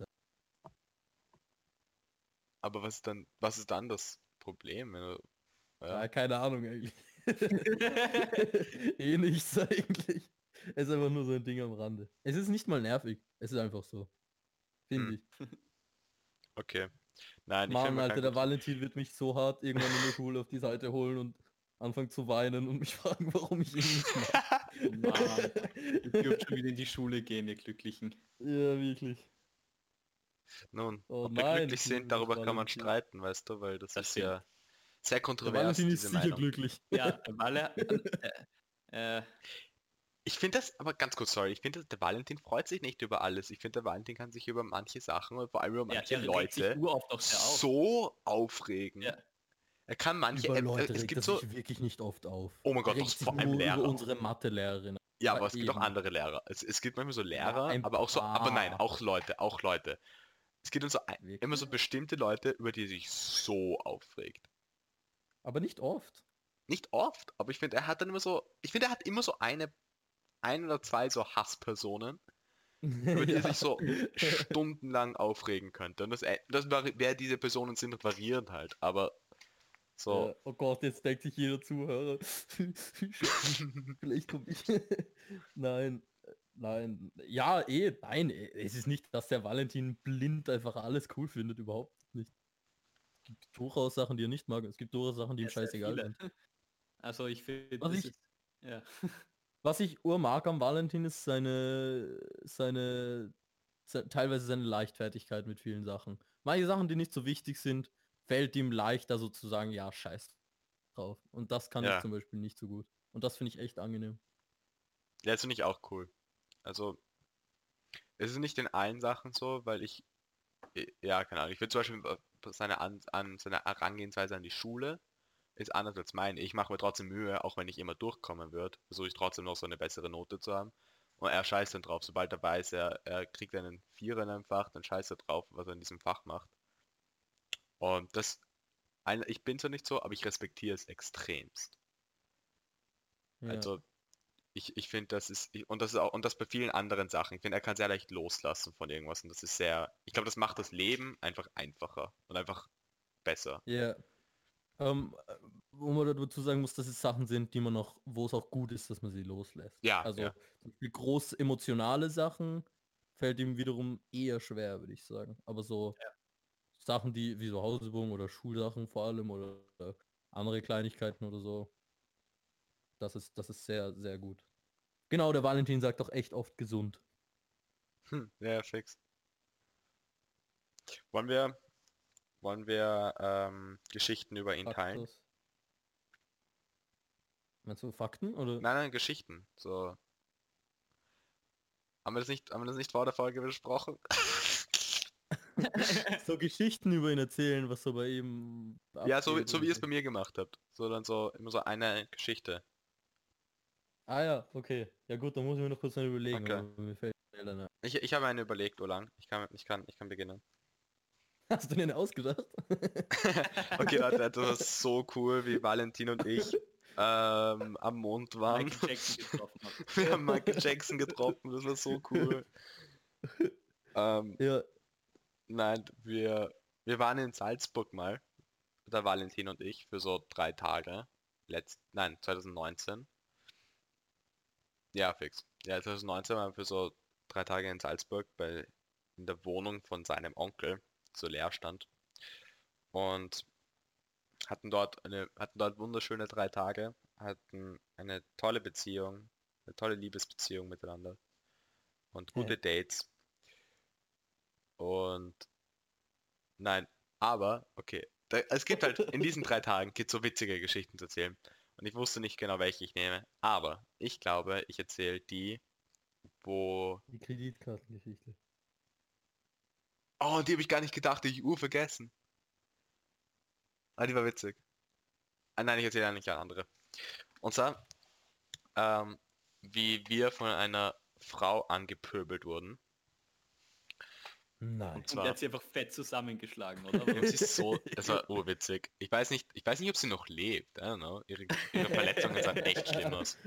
Aber was ist dann, was ist dann das Problem? Wenn du, ja. Ja, keine Ahnung eigentlich. eh nichts eigentlich. Es ist einfach nur so ein Ding am Rande. Es ist nicht mal nervig. Es ist einfach so. Finde Hm. ich. Okay. Nein, ich finde, Mann, man Alter, kann der gut. Valentin wird mich so hart irgendwann in der Schule auf die Seite holen und anfangen zu weinen und mich fragen, warum ich ihn nicht mag. Mann, ich dürfte schon wieder in die Schule gehen, ihr Glücklichen. Ja, wirklich. Nun, Oh ob wir nein, glücklich ich liebe sind, das darüber kann man Valentin. streiten, weißt du, weil das, Das ist stimmt. ja sehr Der kontrovers, Valentin ist diese sicher Meinung. glücklich. Ja, der Walle, äh, äh, Ich finde das, aber ganz kurz, sorry, ich finde, der Valentin freut sich nicht über alles. Ich finde, der Valentin kann sich über manche Sachen und vor allem über ja, manche der regt sich Leute uroft auch sehr auf. so aufregen. Ja. Er kann manche, Über er, Leute er, es regt gibt er so, sich wirklich nicht oft auf. oh mein Er Gott, doch, regt sich vor allem nur über Lehrer. unsere Mathelehrerin. Ja, Ja, aber es gibt auch eben. andere Lehrer. Es, es gibt manchmal so Ja, Lehrer, ein aber auch so, aber nein, paar. auch Leute, auch Leute. Es gibt dann so ein, Wirklich? immer so bestimmte Leute, über die er sich so aufregt. Aber nicht oft. Nicht oft, aber ich finde, er hat dann immer so, ich finde, er hat immer so eine, ein oder zwei so Hasspersonen, über die er Ja. sich so stundenlang aufregen könnte. Und das, äh, das vari- wer diese Personen sind, variieren halt. Aber so, Ja, oh Gott, jetzt denkt sich jeder Zuhörer. Vielleicht komme ich. Nein, äh, nein. Ja, eh, nein, eh, es ist nicht, dass der Valentin blind einfach alles cool findet, überhaupt nicht. Es gibt durchaus Sachen, die er nicht mag. Es gibt durchaus Sachen, die ihm Ja, sehr scheißegal viele. sind. Also ich finde, Was das ich, ist, ja. was ich urmag am Valentin ist seine, seine, se teilweise seine Leichtfertigkeit mit vielen Sachen. Manche Sachen, die nicht so wichtig sind, fällt ihm leichter sozusagen, ja, scheiß drauf. Und das kann ich ja. zum Beispiel nicht so gut. Und das finde ich echt angenehm. Ja, das finde ich auch cool. Also, es ist nicht in allen Sachen so, weil ich, äh, ja, keine Ahnung, ich würde zum Beispiel äh, seine, an, an, seine Herangehensweise an die Schule ist anders als meine. Ich mache mir trotzdem Mühe, auch wenn ich immer durchkommen würde, versuche ich trotzdem noch so eine bessere Note zu haben. Und er scheißt dann drauf. Sobald er weiß, er, er kriegt einen Vierer in einem Fach, dann scheißt er drauf, was er in diesem Fach macht. Und das, ein, ich bin zwar nicht so, aber ich respektiere es extremst. Ja. Also, ich, ich finde, das ist, ich, und das ist auch, und das bei vielen anderen Sachen. Ich finde, er kann sehr leicht loslassen von irgendwas. Und das ist sehr, ich glaube, das macht das Leben einfach einfacher und einfach besser. Ja. Ähm, äh, wo man dazu sagen muss, dass es Sachen sind, die man noch, wo es auch gut ist, dass man sie loslässt. Ja, ja. Also zum Beispiel groß emotionale Sachen fällt ihm wiederum eher schwer, würde ich sagen. Aber so Sachen, die wie so Hausübungen oder Schulsachen vor allem oder, oder andere Kleinigkeiten oder so, das ist, das ist sehr, sehr gut. Genau, der Valentin sagt doch echt oft gesund. Hm, ja, fix. Wollen wir, wollen wir ähm, Geschichten über ihn teilen? Faktus. Meinst du Fakten oder Nein, nein, Geschichten. So. Haben wir das nicht, haben wir das nicht vor der Folge besprochen? so Geschichten über ihn erzählen, was so bei ihm Ja, so, wie- abgeht so oder wie ihr es so? bei mir gemacht habt. So dann so, immer so eine Geschichte. Ah ja, okay. Ja gut, dann muss ich mir noch kurz mal überlegen, Okay. aber mir fällt schnell dann ein. Ich, ich habe eine überlegt, Olang. Ich kann, ich kann, ich kann beginnen. Hast du den ausgedacht? Okay, Leute, das war so cool, wie Valentin und ich ähm, am Mond waren. Michael Jackson getroffen hat. Wir haben Michael Jackson getroffen, das war so cool. Ähm, Ja, nein, wir, wir waren in Salzburg mal, der Valentin und ich, für so drei Tage. Letzt, nein, zwanzig neunzehn. Ja, fix. Ja, zwanzig neunzehn waren wir für so drei Tage in Salzburg bei, in der Wohnung von seinem Onkel, so leer stand. Und hatten dort eine, hatten dort wunderschöne drei Tage, hatten eine tolle Beziehung, eine tolle Liebesbeziehung miteinander und hä? gute Dates. Und nein, aber, okay. Da, es gibt halt, in diesen drei Tagen gibt so witzige Geschichten zu erzählen. Und ich wusste nicht genau, welche ich nehme. Aber ich glaube, ich erzähle die, wo. Die Kreditkartengeschichte. Oh, die habe ich gar nicht gedacht, die hab ich ur vergessen. Ah, die war witzig. Ah, nein, ich erzähle eigentlich eine andere. Und zwar, ähm, wie wir von einer Frau angepöbelt wurden. Nein. Und Und der zwar, hat sie einfach fett zusammengeschlagen, oder? und sie ist so, es war urwitzig. Ich weiß nicht, ich weiß nicht, ob sie noch lebt. I don't know. Ihre, ihre Verletzungen sahen echt schlimm aus.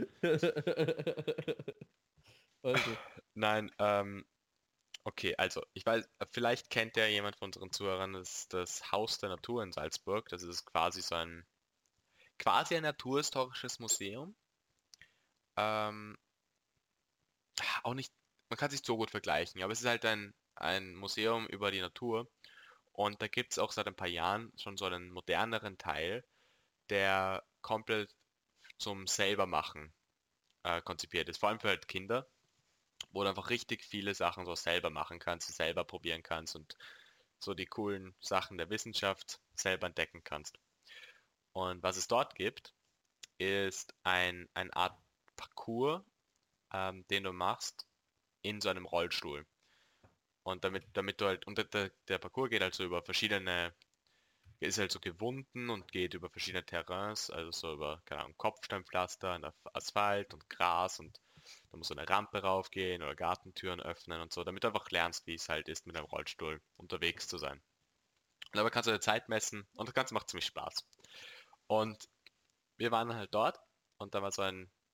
Also, Nein, ähm, okay, also, ich weiß, vielleicht kennt ja jemand von unseren Zuhörern das, das Haus der Natur in Salzburg. Das ist quasi so ein, quasi ein naturhistorisches Museum. Ähm, auch nicht, man kann sich so gut vergleichen, aber es ist halt ein, ein Museum über die Natur. Und da gibt es auch seit ein paar Jahren schon so einen moderneren Teil, der komplett zum Selbermachen äh, konzipiert ist. Vor allem für halt Kinder, wo du einfach richtig viele Sachen so selber machen kannst, selber probieren kannst und so die coolen Sachen der Wissenschaft selber entdecken kannst. Und was es dort gibt, ist ein, eine Art Parcours, ähm, den du machst in so einem Rollstuhl. Und damit, damit du halt, und der, der Parcours geht halt so über verschiedene, ist halt so gewunden und geht über verschiedene Terrains, also so über, keine Ahnung, Kopfsteinpflaster, und Asphalt und Gras und da musst du eine Rampe raufgehen oder Gartentüren öffnen und so, damit du einfach lernst, wie es halt ist, mit einem Rollstuhl unterwegs zu sein. Und dabei kannst du deine Zeit messen und das Ganze macht ziemlich Spaß. Und wir waren halt dort und da war so ein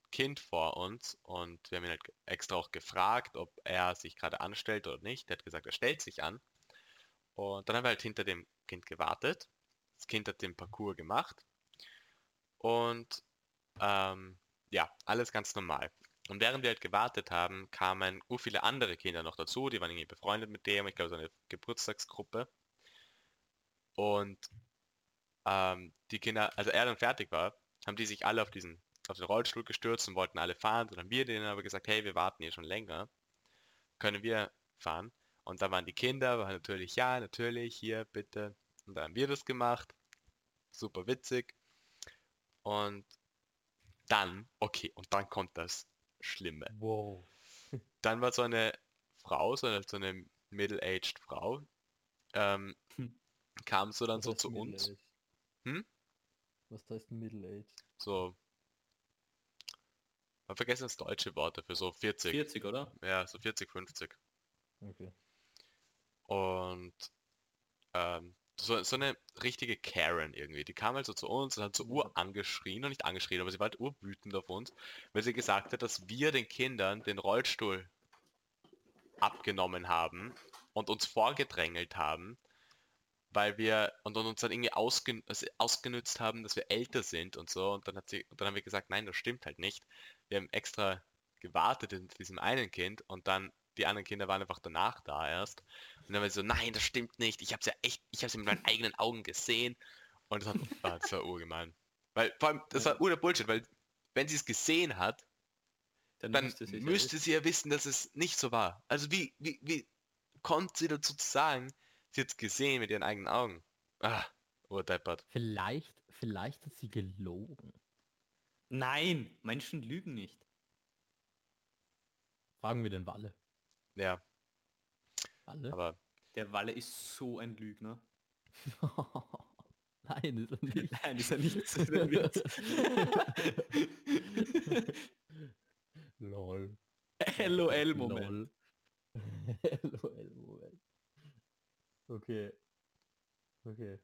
Kind vor uns und wir haben ihn halt ge- extra auch gefragt, ob er sich gerade anstellt oder nicht. Der hat gesagt, er stellt sich an. Und dann haben wir halt hinter dem Kind gewartet. Das Kind hat den Parcours gemacht und ähm, ja, alles ganz normal. Und während wir halt gewartet haben, kamen ur viele andere Kinder noch dazu, die waren irgendwie befreundet mit dem, ich glaube so eine Geburtstagsgruppe. Und ähm, die Kinder, als er dann fertig war, haben die sich alle auf diesen, auf den Rollstuhl gestürzt und wollten alle fahren. Dann haben wir denen aber gesagt, hey, wir warten hier schon länger, können wir fahren? Und da waren die Kinder, war natürlich, ja, natürlich, hier, bitte. Und dann haben wir das gemacht, super witzig. Und dann, okay, und dann kommt das Schlimme. Wow. Dann war so eine Frau, so eine, so eine middle-aged Frau, ähm, Hm. kam so dann Was so heißt zu uns. Middle-aged? Hm? Was heißt Middle-aged? So, man vergessen das deutsche Wort dafür, so vierzig. vierzig, oder? Ja, so vierzig, fünfzig. Okay. Und ähm, so, so eine richtige Karen irgendwie. Die kam also zu uns und hat so Ja. ur angeschrien und nicht angeschrien, aber sie war halt urwütend auf uns, weil sie gesagt hat, dass wir den Kindern den Rollstuhl abgenommen haben und uns vorgedrängelt haben, weil wir und, und uns dann irgendwie ausgen, also ausgenützt haben, dass wir älter sind und so. Und dann hat sie, und dann haben wir gesagt, nein, das stimmt halt nicht. Wir haben extra gewartet mit diesem einen Kind und dann die anderen Kinder waren einfach danach da erst. Und dann war sie so, nein, das stimmt nicht. Ich habe es ja echt, ich habe es mit meinen eigenen Augen gesehen. Und das, hat, ah, das war urgemein. Weil, vor allem, das war ur der Bullshit, weil wenn sie es gesehen hat, Dann dann müsste sie es ja müsste sie ja wissen, dass es nicht so war. Also wie, wie, wie konnte sie dazu sagen, sie hat es gesehen mit ihren eigenen Augen? Ah, urdeppert. Vielleicht, vielleicht hat sie gelogen. Nein, Menschen lügen nicht. Fragen wir den Walle. Ja, Walle? aber Der Walle ist so ein Lügner. Nein, ist er nicht. Nein, ist er nicht. Das ist ein Witz. Lol. LOL-Moment. LOL Moment. Okay. Okay.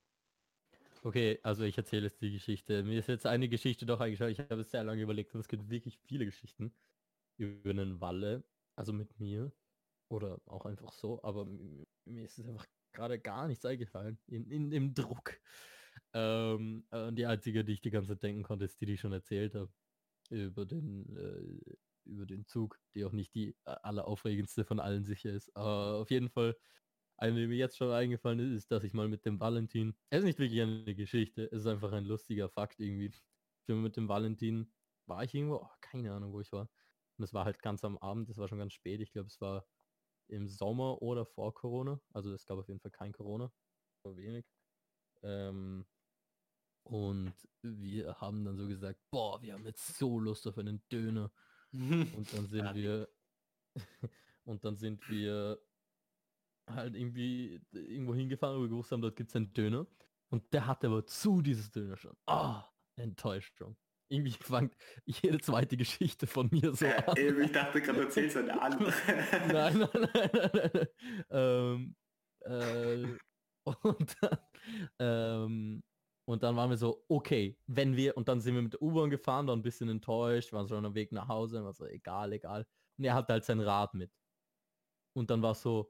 Okay, also ich erzähle jetzt die Geschichte. Mir ist jetzt eine Geschichte doch eingefallen. Ich habe es sehr lange überlegt und es gibt wirklich viele Geschichten über einen Walle. Also mit mir. Oder auch einfach so. Aber m- mir ist es einfach gerade gar nichts eingefallen. In, in dem Druck. Ähm, äh, die einzige, die ich die ganze Zeit denken konnte, ist die, die ich schon erzählt habe. Über den, äh, über den Zug, die auch nicht die äh, alleraufregendste von allen sicher ist. Aber auf jeden Fall, eine, die mir jetzt schon eingefallen ist, ist, dass ich mal mit dem Valentin, es ist nicht wirklich eine Geschichte, es ist einfach ein lustiger Fakt irgendwie. Ich bin mit dem Valentin, war ich irgendwo, oh, keine Ahnung, wo ich war. Und es war halt ganz am Abend, es war schon ganz spät, ich glaube, es war im Sommer oder vor Corona. Also es gab auf jeden Fall kein Corona, war wenig. Ähm, und wir haben dann so gesagt, boah, wir haben jetzt so Lust auf einen Döner. Und dann sind Ja, wir, und dann sind wir halt irgendwie irgendwo hingefahren, wo wir gewusst haben, dort gibt es einen Döner. Und der hatte aber zu, dieses Döner schon. Ah, Enttäuschung. Irgendwie fängt jede zweite Geschichte von mir so Äh, an. eben, ich dachte gerade, du erzählst eine andere. Nein, nein, nein, nein, nein, nein. Ähm, äh, und dann, ähm, und dann waren wir so, okay, wenn wir, und dann sind wir mit der U-Bahn gefahren, waren ein bisschen enttäuscht, waren schon am Weg nach Hause, war so, egal, egal. Und er hatte halt sein Rad mit. Und dann war so,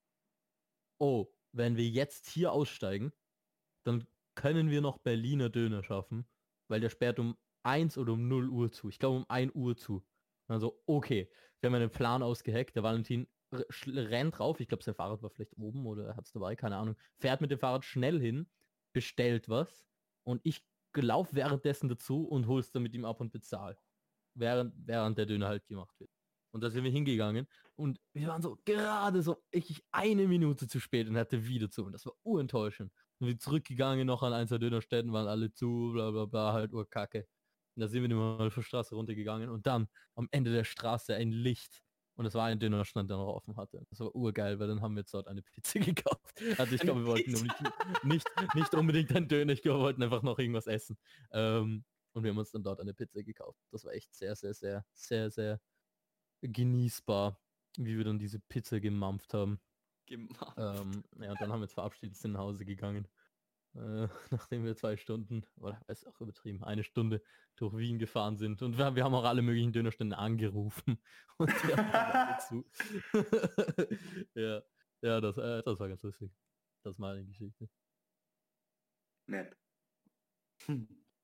oh, wenn wir jetzt hier aussteigen, dann können wir noch Berliner Döner schaffen, weil der sperrt um eins oder um null Uhr zu. Ich glaube um ein Uhr zu. Also, okay, wir haben einen Plan ausgeheckt. Der Valentin r- sch- rennt rauf. Ich glaube, sein Fahrrad war vielleicht oben oder er hat es dabei, keine Ahnung. Fährt mit dem Fahrrad schnell hin, bestellt was und ich laufe währenddessen dazu und hol's dann mit ihm ab und bezahl. Während, während der Döner halt gemacht wird. Und da sind wir hingegangen und wir waren so gerade so ich eine Minute zu spät und hatte wieder zu. Und das war urenttäuschend. Und wir zurückgegangen noch an ein, zwei Dönerstätten, waren alle zu, bla bla bla, halt urkacke. Und da sind wir die Malferstraße runtergegangen und dann am Ende der Straße ein Licht. Und es war ein Dönerstand, der noch offen hatte. Das war urgeil, weil dann haben wir jetzt dort eine Pizza gekauft. Also ich glaube, wir wollten Pizza? nicht, nicht, nicht unbedingt einen Döner, ich glaube, wir wollten einfach noch irgendwas essen. Ähm, und wir haben uns dann dort eine Pizza gekauft. Das war echt sehr, sehr, sehr, sehr, sehr genießbar, wie wir dann diese Pizza gemampft haben. Gemacht. Ähm, ja, und dann haben wir uns verabschiedet, sind nach Hause gegangen. äh, nachdem wir zwei Stunden, oder ist auch übertrieben, eine Stunde durch Wien gefahren sind. Und wir, wir haben auch alle möglichen Dönerstände angerufen. Und die hatten alle zu. ja, ja das, äh, das war ganz lustig. Das ist meine Geschichte. Nett. Hm.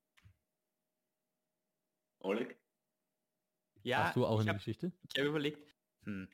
Oleg? Ja, Hast du auch ich eine hab, Geschichte? ich habe überlegt, hm.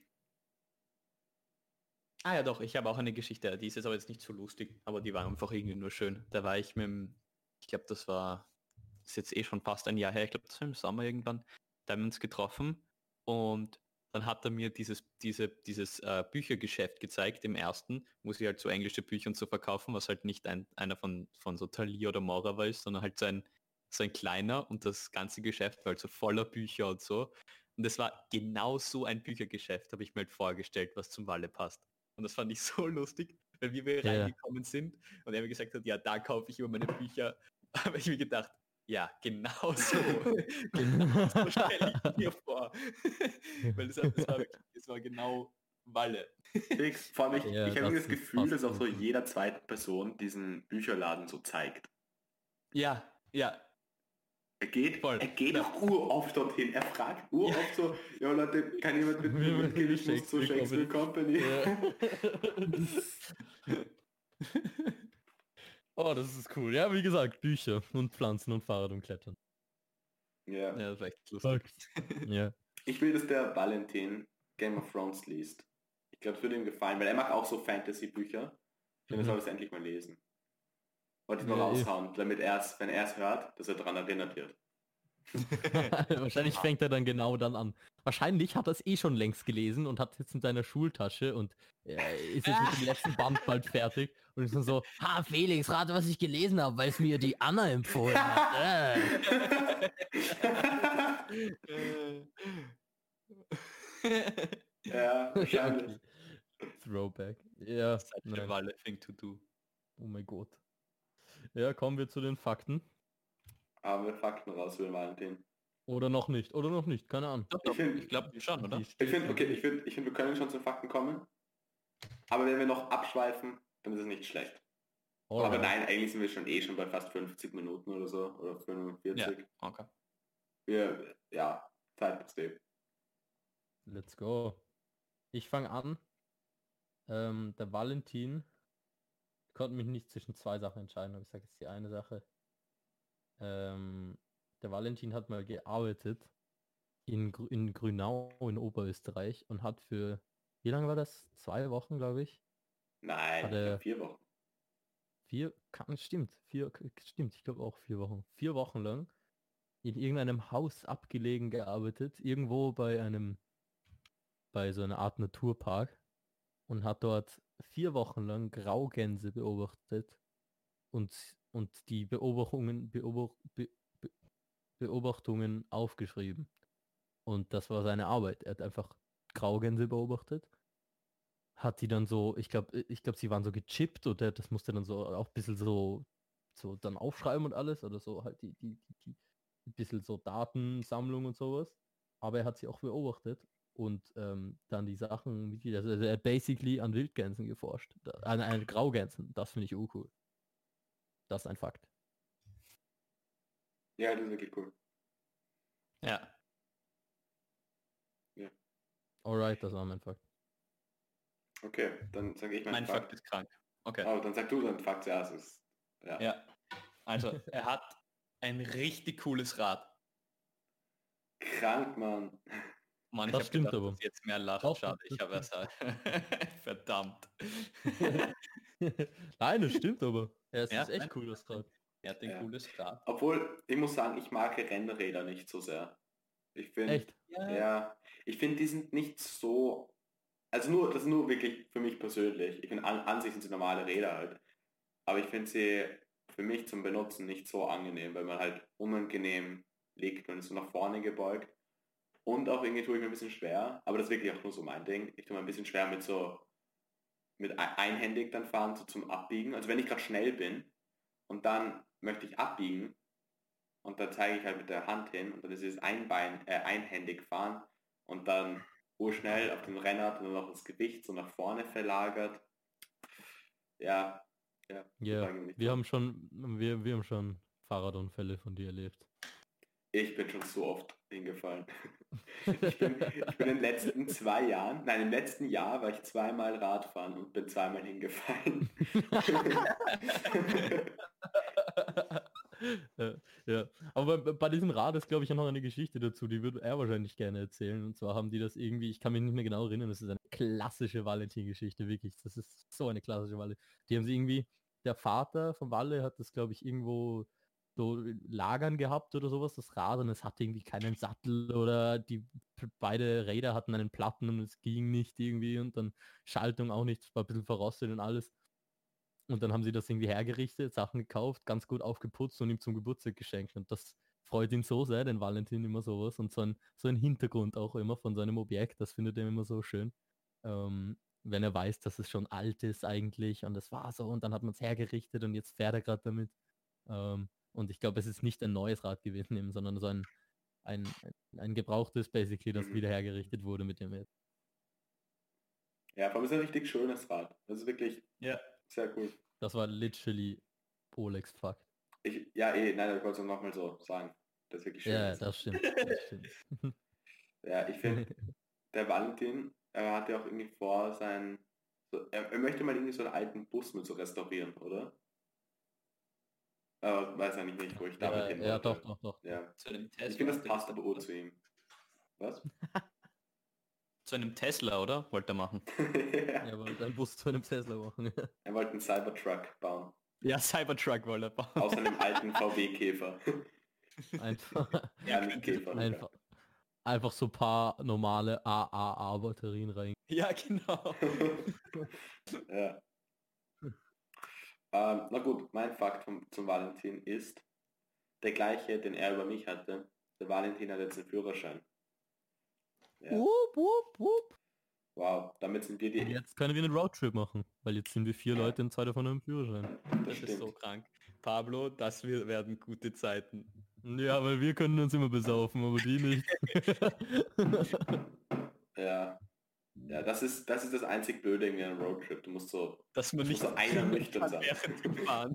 Ah ja doch, ich habe auch eine Geschichte, die ist jetzt aber jetzt nicht so lustig, aber die war einfach irgendwie nur schön. Da war ich mit dem, ich glaube das war, das ist jetzt eh schon fast ein Jahr her, ich glaube das war im Sommer irgendwann, da haben wir uns getroffen und dann hat er mir dieses, diese, dieses äh, Büchergeschäft gezeigt, im ersten, wo sie halt so englische Bücher und so verkaufen, was halt nicht ein, einer von, von so Thalia oder Maurer ist, sondern halt so ein, so ein kleiner und das ganze Geschäft war halt so voller Bücher und so. Und es war genau so ein Büchergeschäft, habe ich mir halt vorgestellt, was zum Walle passt. Und das fand ich so lustig, weil wie wir Ja. reingekommen sind und er mir gesagt hat, ja, da kaufe ich immer meine Bücher, habe ich mir gedacht, ja, genau so. Genau so stelle ich mir vor. Weil das, das, war, wirklich- das war genau Walle. Fix. Vor allem, ich, Ja, ich habe irgendwie das das ist Gefühl, fast dass auch so gut. jeder zweite Person diesen Bücherladen so zeigt. Ja, ja. Er geht, Voll. er geht Ja. auch uroft dorthin. Er fragt uroft Ja. so, ja Leute, kann jemand mit mir mitgehen? Ich muss zur Shakespeare Company. Ja. Oh, das ist cool. Ja, wie gesagt, Bücher und Pflanzen und Fahrrad und Klettern. Ja. Ja, das war echt lustig. Ja. Ich will, dass der Valentin Game of Thrones liest. Ich glaube, es würde ihm gefallen, weil er mag auch so Fantasy-Bücher. Ich finde, er Mhm. soll das endlich mal lesen. Wollte ich nur Ja, eh. raushauen, damit er es, wenn er es hört, dass er daran erinnert wird. Wahrscheinlich fängt er dann genau dann an. Wahrscheinlich hat er es eh schon längst gelesen und hat jetzt in seiner Schultasche und äh, ist jetzt mit dem letzten Band bald fertig und ist dann so, ha Felix, rate, was ich gelesen habe, weil es mir die Anna empfohlen hat. Äh. Ja, wahrscheinlich. Okay. Throwback. Ja, Such a nein. Walle thing to do. Oh mein Gott. Ja, kommen wir zu den Fakten. Haben wir Fakten raus für den Valentin. Oder noch nicht. Oder noch nicht. Keine Ahnung. Doch, Ich doch, find- ich glaube schon, oder? Die Ich steht finde, noch okay, nicht. ich finde, ich find, wir können schon zu den Fakten kommen. Aber wenn wir noch abschweifen, dann ist es nicht schlecht. Aber Alright. nein, eigentlich sind wir schon eh schon bei fast fünfzig Minuten oder so. Oder Ja, fünfundvierzig. okay. Wir, ja, Zeit passt. Let's go. Ich fange an. Ähm, der Valentin konnte mich nicht zwischen zwei Sachen entscheiden, aber ich sage jetzt die eine Sache. Ähm, der Valentin hat mal gearbeitet in, Gr- in Grünau in Oberösterreich und hat für, wie lange war das? Zwei Wochen, glaube ich. Nein, Hat ich er- glaub, vier Wochen. Vier, kann, stimmt, vier, stimmt, ich glaube auch vier Wochen. Vier Wochen lang in irgendeinem Haus abgelegen gearbeitet, irgendwo bei einem, bei so einer Art Naturpark und hat dort vier Wochen lang Graugänse beobachtet und, und die Beobachtungen, Beobacht, Be, Be, Beobachtungen aufgeschrieben. Und das war seine Arbeit. Er hat einfach Graugänse beobachtet, hat die dann so, ich glaube, ich glaube, sie waren so gechippt oder das musste dann so auch ein bisschen so, so dann aufschreiben und alles oder so halt die, die, die, die ein bisschen so Datensammlung und sowas. Aber er hat sie auch beobachtet und ähm, dann die Sachen, mit- also er hat basically an Wildgänsen geforscht. Da- An, an Graugänsen, das finde ich cool. Das ist ein Fakt. Ja, das ist wirklich cool. Ja. Alright, das war mein Fakt. Okay, dann sage ich meinen Mein Fakt. Fakt ist krank. Okay. Aber dann sag du deinen Fakt zuerst. Ist- Ja. Ja. Also, er hat ein richtig cooles Rad. Krank, Mann. Mann, ich Das hab stimmt gedacht, aber. dass jetzt mehr lacht. Doch, Schade, das ich habe es verdammt. Nein, das stimmt aber. Ja, es Ja, ist echt nein. cool, das Rad. Er hat ein Ja. cooles Rad. Obwohl, ich muss sagen, ich mag Rennräder nicht so sehr. Ich finde, Echt? ja, ich finde, die sind nicht so, also nur, das ist nur wirklich für mich persönlich. Ich finde, an, an sich sind sie normale Räder halt. Aber ich finde sie für mich zum Benutzen nicht so angenehm, weil man halt unangenehm liegt und ist so nach vorne gebeugt. Und auch irgendwie tue ich mir ein bisschen schwer, aber das ist wirklich auch nur so mein Ding. Ich tue mir ein bisschen schwer mit so, mit ein- einhändig dann fahren, so zum Abbiegen. Also wenn ich gerade schnell bin und dann möchte ich abbiegen und dann zeige ich halt mit der Hand hin und dann ist es Einbein, äh, einhändig fahren und dann urschnell auf dem Rennrad und dann noch das Gewicht so nach vorne verlagert. Ja, Ja, Ja, sagen nicht wir so. haben schon, wir, wir haben schon Fahrradunfälle von dir erlebt. Ich bin schon so oft hingefallen. Ich bin, ich bin in den letzten zwei Jahren, nein, im letzten Jahr war ich zweimal Radfahren und bin zweimal hingefallen. Ja, ja, aber bei, bei diesem Rad ist, glaube ich, auch noch eine Geschichte dazu, die würde er wahrscheinlich gerne erzählen. Und zwar haben die das irgendwie, ich kann mich nicht mehr genau erinnern, das ist eine klassische Valentin-Geschichte, wirklich. Das ist so eine klassische Valentin. Die haben sie irgendwie, der Vater von Walle hat das, glaube ich, irgendwo so lagern gehabt oder sowas, das Rad, und es hatte irgendwie keinen Sattel oder die beide Räder hatten einen Platten und es ging nicht irgendwie und dann Schaltung auch nicht, es war ein bisschen verrostet und alles. Und dann haben sie das irgendwie hergerichtet, Sachen gekauft, ganz gut aufgeputzt und ihm zum Geburtstag geschenkt. Und das freut ihn so sehr, den Valentin, immer sowas. Und so ein, so ein Hintergrund auch immer von seinem Objekt, das findet er immer so schön. Ähm, wenn er weiß, dass es schon alt ist eigentlich und es war so und dann hat man es hergerichtet und jetzt fährt er gerade damit. Ähm, und ich glaube, es ist nicht ein neues Rad gewesen, eben, sondern so ein, ein, ein, ein gebrauchtes, basically, das Mhm. wieder hergerichtet wurde mit dem jetzt. Ja, vor allem ist ein richtig schönes Rad. Das ist wirklich Ja. sehr cool. Das war literally Olex Fakt. Ich, ja, eh, nein, ich wollte es nochmal so sagen. Das ist wirklich schön. Ja, ist. das stimmt. Das stimmt. Ja, ich finde, der Valentin, er hat ja auch irgendwie vor, sein, so, er, er möchte mal irgendwie so einen alten Bus mit so restaurieren, oder? Aber weiß eigentlich nicht, wo ich damit Ja, hin ja, wollte. doch, doch, doch. Ja. Zu einem Ich Tesla. finde, das hat er passt gesagt, aber auch oder? zu ihm. Was? Zu einem Tesla, oder? Wollte er machen. Ja, Ja. aber ein Bus zu einem Tesla machen. Er wollte einen Cybertruck bauen. Ja, Cybertruck wollte er bauen. Aus einem alten V W-Käfer. Einfach, Ja, nicht Käfer. einfach, einfach so ein paar normale A A A-Batterien rein. Ja, genau. Ja. Ähm, na gut, mein Fakt vom, zum Valentin ist der gleiche, den er über mich hatte. Der Valentin hat jetzt einen Führerschein. Ja. Wupp, wupp, wupp. Wow, damit sind wir Und die... jetzt können wir einen Roadtrip machen, weil jetzt sind wir vier Leute und zwei davon haben einen Führerschein. Das Das ist stimmt. so krank. Pablo, das wir- werden gute Zeiten. Ja, weil wir können uns immer besaufen, aber die nicht. Ja. Ja, das ist, das ist das einzig Blöde in einem Roadtrip. Du musst so... Dass man Es nicht muss so einer nüchtern sein. während dem Fahren.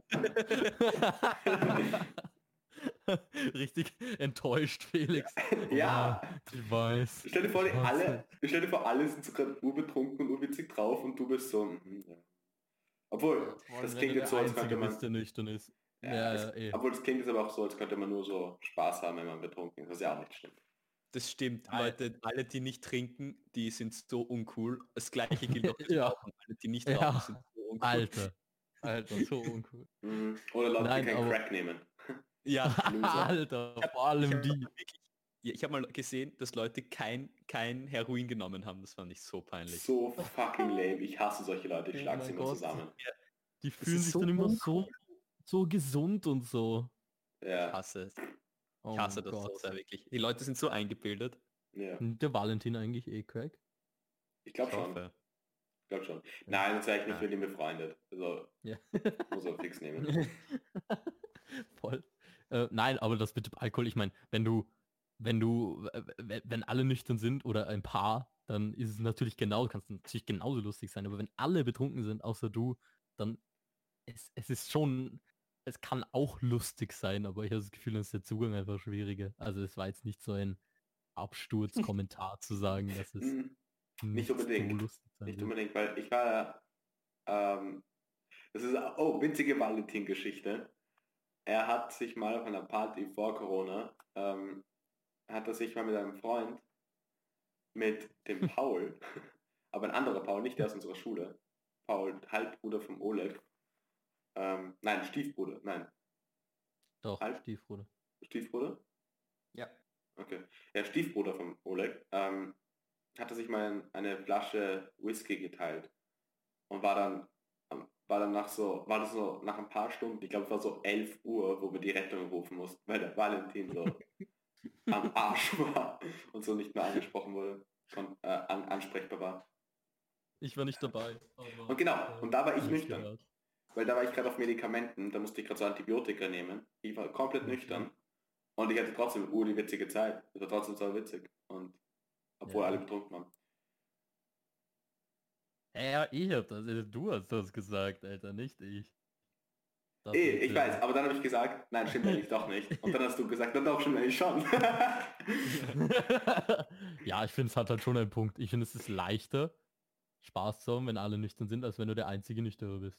Richtig enttäuscht, Felix. Ja. Ah, ich weiß. Stell dir vor, die Ich hasse. alle, stell dir vor, alle sind so gerade urbetrunken und urwitzig drauf und du bist so... mhm, ja. Obwohl, Vor allem, das wenn klingt du jetzt der so, als könnte Einzige man... bist, der nüchtern ist. Ja, Ja, es, ja, eh. obwohl es klingt jetzt aber auch so, als könnte man nur so Spaß haben, wenn man betrunken ist, was ja auch nicht stimmt. Das stimmt. Nein. Leute, alle, die nicht trinken, die sind so uncool. Das gleiche gilt auch für Ja. Rauchen. Alle, die nicht Ja. rauchen, sind so uncool. Alter. Alter, so uncool. Mhm. Oder Leute, Nein, die keinen aber- Crack nehmen. Ja, Loser. Alter, hab- vor allem ich die. habe ich hab mal gesehen, dass Leute kein, kein Heroin genommen haben. Das fand ich so peinlich. So fucking lame. Ich hasse solche Leute, ich Oh schlag mein sie immer Gott. zusammen. Die fühlen ist sich so dann immer uncool. so, so gesund und so. Ich Ja, hasse es. Oh Ich hasse mein das so Gott. sehr wirklich. Die Leute sind so eingebildet. ja. Der Valentin eigentlich eh Crack? Ich glaube Ich schon. hoffe. Ich glaube schon. Nein, sonst wäre ich nicht Ja. mit ihm befreundet. Also, Ja. muss er fix nehmen. Voll. Äh, nein, aber das mit dem Alkohol, ich meine, wenn du, wenn du, äh, wenn wenn alle nüchtern sind oder ein Paar, dann ist es natürlich genau, kannst du natürlich genauso lustig sein, aber wenn alle betrunken sind, außer du, dann es, es ist schon, es kann auch lustig sein, aber ich habe das Gefühl, dann ist der Zugang einfach schwieriger. Also es war jetzt nicht so ein Absturzkommentar zu sagen, dass es Mhm. nicht, unbedingt. so lustig sein Nicht wird. unbedingt, weil ich war, ähm, das ist, oh, witzige Valentin-Geschichte. Er hat sich mal auf einer Party vor Corona, ähm, hat er sich mal mit einem Freund, mit dem Paul, aber ein anderer Paul, nicht der aus unserer Schule, Paul, Halbbruder vom Oleg, ähm, nein, Stiefbruder, nein, Doch, Halb- Stiefbruder. Stiefbruder? Ja. Okay. Der Stiefbruder vom Oleg, ähm, hatte sich mal eine Flasche Whisky geteilt und war dann ähm, war dann nach so, war das so nach ein paar Stunden, ich glaube es war so elf Uhr, wo wir die Rettung rufen mussten, weil der Valentin so am Arsch war und so nicht mehr angesprochen wurde, und, äh, an, ansprechbar war. Ich war nicht dabei. aber, Und genau, äh, und da war ich hab's nüchtern. gehört. Weil da war ich gerade auf Medikamenten, da musste ich gerade so Antibiotika nehmen. Ich war komplett Okay. nüchtern und ich hatte trotzdem ur die witzige Zeit. Es war trotzdem so witzig. Und obwohl Ja. alle betrunken waren. Ja, ja, ich hab das, also du hast das gesagt, Alter, nicht ich. Das Eh, ist, ich äh, weiß, aber dann habe ich gesagt, nein, stimmt eigentlich doch nicht. Und dann hast du gesagt, na doch, stimmt eigentlich schon. Ja, ich finde, es hat halt schon einen Punkt. Ich finde, es ist leichter, Spaß zu haben, wenn alle nüchtern sind, als wenn du der einzige Nüchtere bist.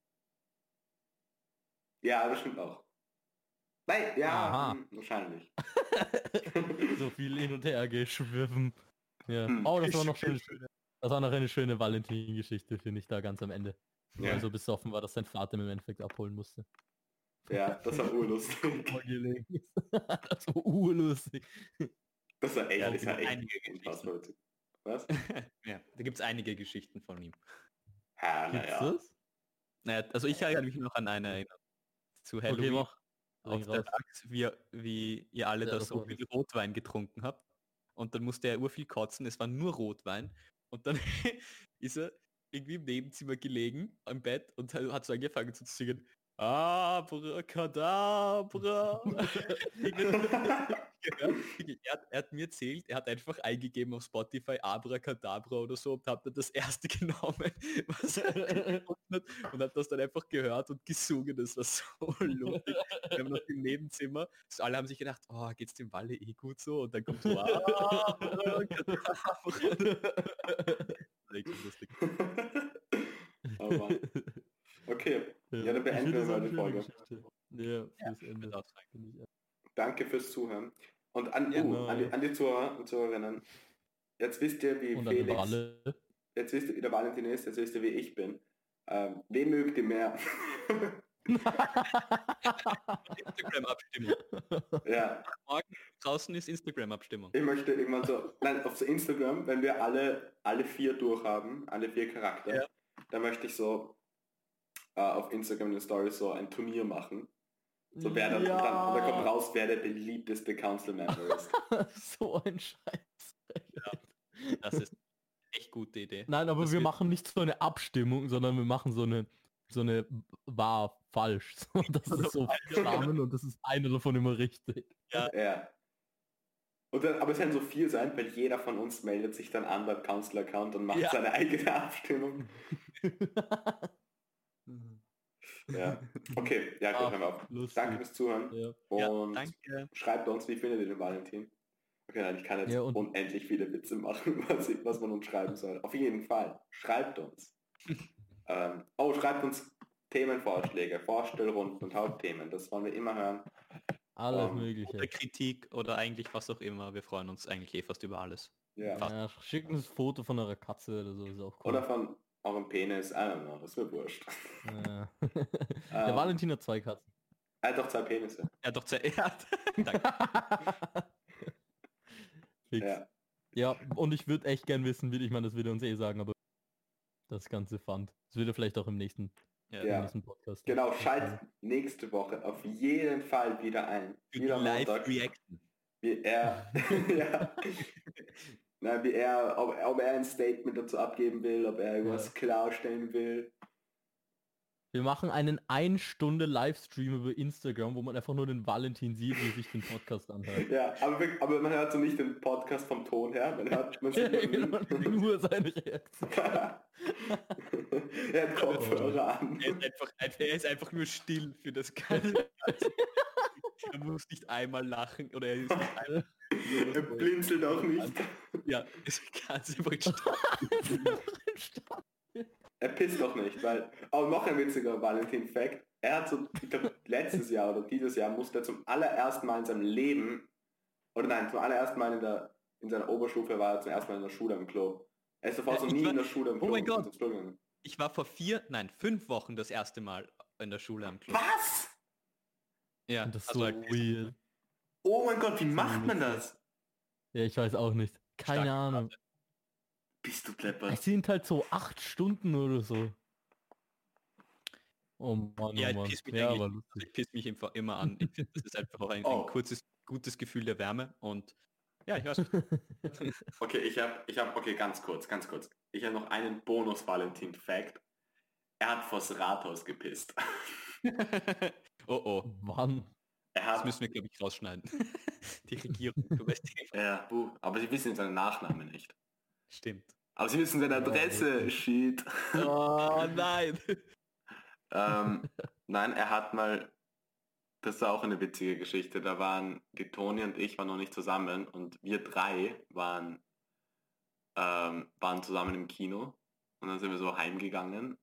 Ja, das stimmt auch. Nein, ja, Aha. hm, wahrscheinlich. So viel hin und her geschwiffen. Ja. Hm. Oh, das war noch schön. Das war noch eine schöne Valentin-Geschichte, finde ich, da ganz am Ende. Wo Ja. er so besoffen war, dass sein Vater im Endeffekt abholen musste. Ja, das war urlustig. Gelegen ist. Das war urlustig. Das war echt, Ja, das war gibt echt einige unfassbar witzig. Was? Ja, da gibt es einige Geschichten von ihm. Ja, Gibt's naja. das? Naja, also ich kann mich noch an eine erinnern. Zu Okay, Halloween mach. auf Bring der raus. Nacht, wie, wie ihr alle Ja, da das so war viel Rotwein getrunken habt. Und dann musste er urviel kotzen, es war nur Rotwein. Und dann ist er irgendwie im Nebenzimmer gelegen, am Bett, und hat hat so angefangen zu singen. Abracadabra. Er hat, er hat mir erzählt, er hat einfach eingegeben auf Spotify Abracadabra oder so und hat dann das erste genommen, was er gefunden hat, und hat das dann einfach gehört und gesungen. Das war so lustig. Wir haben noch im Nebenzimmer, so alle haben sich gedacht, oh, geht's dem Walle eh gut so? Und dann kommt so Abracadabra. Das war echt lustig. Oh Mann. Okay, ja, dann Ich beenden finde, wir das mal eine die schöne Folge. Geschichte. Ja, fürs Ich Ende. würde auch sagen. Finde ich, ja. Danke fürs Zuhören. Und an, Ja, uh, genau. an, die, an die Zuhörer und Zuhörerinnen. Jetzt wisst ihr, wie Und an Felix, Walle. jetzt wisst ihr, wie der Valentin ist, jetzt wisst ihr, wie ich bin. Ähm, wen mögt ihr mehr? Instagram-Abstimmung. Ja, Morgen draußen ist Instagram-Abstimmung. ich möchte irgendwann so, nein, auf so Instagram, wenn wir alle, alle vier durchhaben, alle vier Charakter, Ja. dann möchte ich so äh, auf Instagram in den Stories so ein Turnier machen. So wer dann, und dann, und dann kommt raus, wer der beliebteste Council-Member ist. So ein Scheiß. Das ist eine echt gute Idee. Nein, aber Das wir wird- machen nicht so eine Abstimmung, sondern wir machen so eine so eine wahr falsch. So, das ist so Samen und das ist einer davon immer richtig. Ja. Und dann, aber es werden so vier sein, weil jeder von uns meldet sich dann an beim Council-Account und macht Ja. seine eigene Abstimmung. Ja. Okay, ja gut, Ach, hören wir auf. lustig. Danke fürs Zuhören Ja. Ja, und danke. schreibt uns, wie findet ihr den Valentin? Okay, nein, ich kann jetzt Ja, und- unendlich viele Witze machen, was, ich, was man uns schreiben soll. Auf jeden Fall, schreibt uns. ähm, oh, schreibt uns Themenvorschläge, Vorstellrunden und Hauptthemen. Das wollen wir immer hören. Alles Ähm, mögliche. Oder Kritik oder eigentlich was auch immer. Wir freuen uns eigentlich eh fast über alles. Ja. Ja, schickt uns ein Foto von eurer Katze oder so, ist auch cool. Oder von eurem Penis. I don't know, das ist mir wurscht. Ja. Der Ähm, Valentin hat zwei Katzen. Er hat doch zwei Penisse. Er hat doch sehr... Er hat, danke. Fix. Ja. Ja, und ich würde echt gern wissen, wie, ich meine, das würde er uns eh sagen, aber das ganze Fand. Das wird er vielleicht auch im nächsten, Ja. im Ja. nächsten Podcast. Genau, schaltet nächste Woche auf jeden Fall wieder ein. Für die Wieder Montag. Live-Reaction. Wie er, ja. Na, wie er, ob, ob er ein Statement dazu abgeben will, ob er irgendwas Ja. klarstellen will. Wir machen einen ein Stunde Livestream über Instagram, wo man einfach nur den Valentin sieht, wie er sich den Podcast anhört. Ja, aber, wir- aber man hört so nicht den Podcast vom Ton her, man hört man sieht nur, Nur seine Reaktion. er hat Kopfhörer an. Er ist, einfach, er ist einfach nur still für das Ganze. Er muss nicht einmal lachen oder er ist nicht einmal... Er blinzelt auch nicht. Ja, es ist ganz einfach still. Er pisst auch nicht, weil... Oh, noch ein witziger Valentin-Fact. Er hat so, ich glaube, letztes Jahr oder dieses Jahr musste er zum allerersten Mal in seinem Leben, oder nein, zum allerersten Mal in, der, in seiner Oberstufe war er zum ersten Mal in der Schule am Klo. Er ist davor Ja, so ich nie war- in der Schule am Oh Klo. mein Gott. ins Klo gegangen. Ich war vor vier, nein, fünf Wochen das erste Mal in der Schule am Klo. Was? Ja, Das ist also so halt weird. Oh mein Gott, wie macht man das? Ja, ich weiß auch nicht. Keine Stark. Ahnung. Bist du Es pleppert? sind halt so acht Stunden oder so. Oh Mann, Ja, oh ich Mann. piss mich Ja, eigentlich- aber lustig. ich piss mich einfach immer an. Ich finde, das ist einfach auch ein, Oh. ein kurzes, gutes Gefühl der Wärme und ja, ich weiß nicht. Okay, ich habe, ich habe, okay, ganz kurz, ganz kurz. Ich habe noch einen Bonus-Valentin-Fact. Er hat vors Rathaus gepisst. Oh oh, Mann. Er das hat, müssen wir, glaube ich, rausschneiden. Die Regierung, du weißt nicht. ja, buh, aber sie wissen seinen Nachnamen nicht. Stimmt. Aber sie wissen seine Adresse, shit. Oh nein. Ähm, Nein, er hat mal, das war auch eine witzige Geschichte, da waren die Toni und ich waren noch nicht zusammen und wir drei waren, ähm, waren zusammen im Kino und dann sind wir so heimgegangen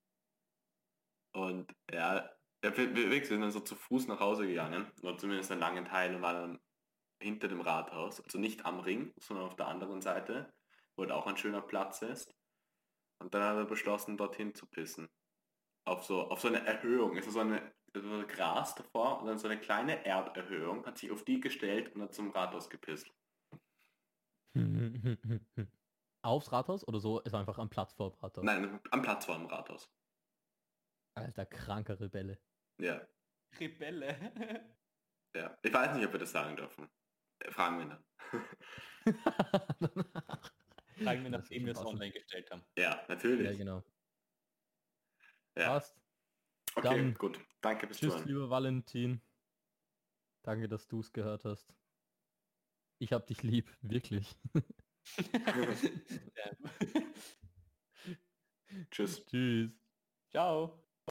und ja, ja, wir, wir wir sind dann so zu Fuß nach Hause gegangen, oder zumindest einen langen Teil und waren dann hinter dem Rathaus, also nicht am Ring, sondern auf der anderen Seite, wo halt auch ein schöner Platz ist. Und dann hat er beschlossen, dorthin zu pissen. Auf so, auf so eine Erhöhung. Es ist so eine so Gras davor und dann so eine kleine Erderhöhung, hat sich auf die gestellt und hat zum Rathaus gepisst. Aufs Rathaus oder so? Ist einfach am Platz vor dem Rathaus. Nein, am Platz vor dem Rathaus. Alter, kranke Rebelle. Ja, Rebelle. ja. Ich weiß nicht, ob wir das sagen dürfen. Äh, Fragen wir ihn dann. Fragen wir, Das nachdem ist wir es schon online gestellt haben. Ja, Ja, natürlich. genau. Ja. Passt. Okay, Dann gut. Danke bis Tschüss, zuhören. lieber Valentin. Danke, dass du es gehört hast. Ich hab dich lieb, wirklich. Tschüss. Tschüss. Ciao.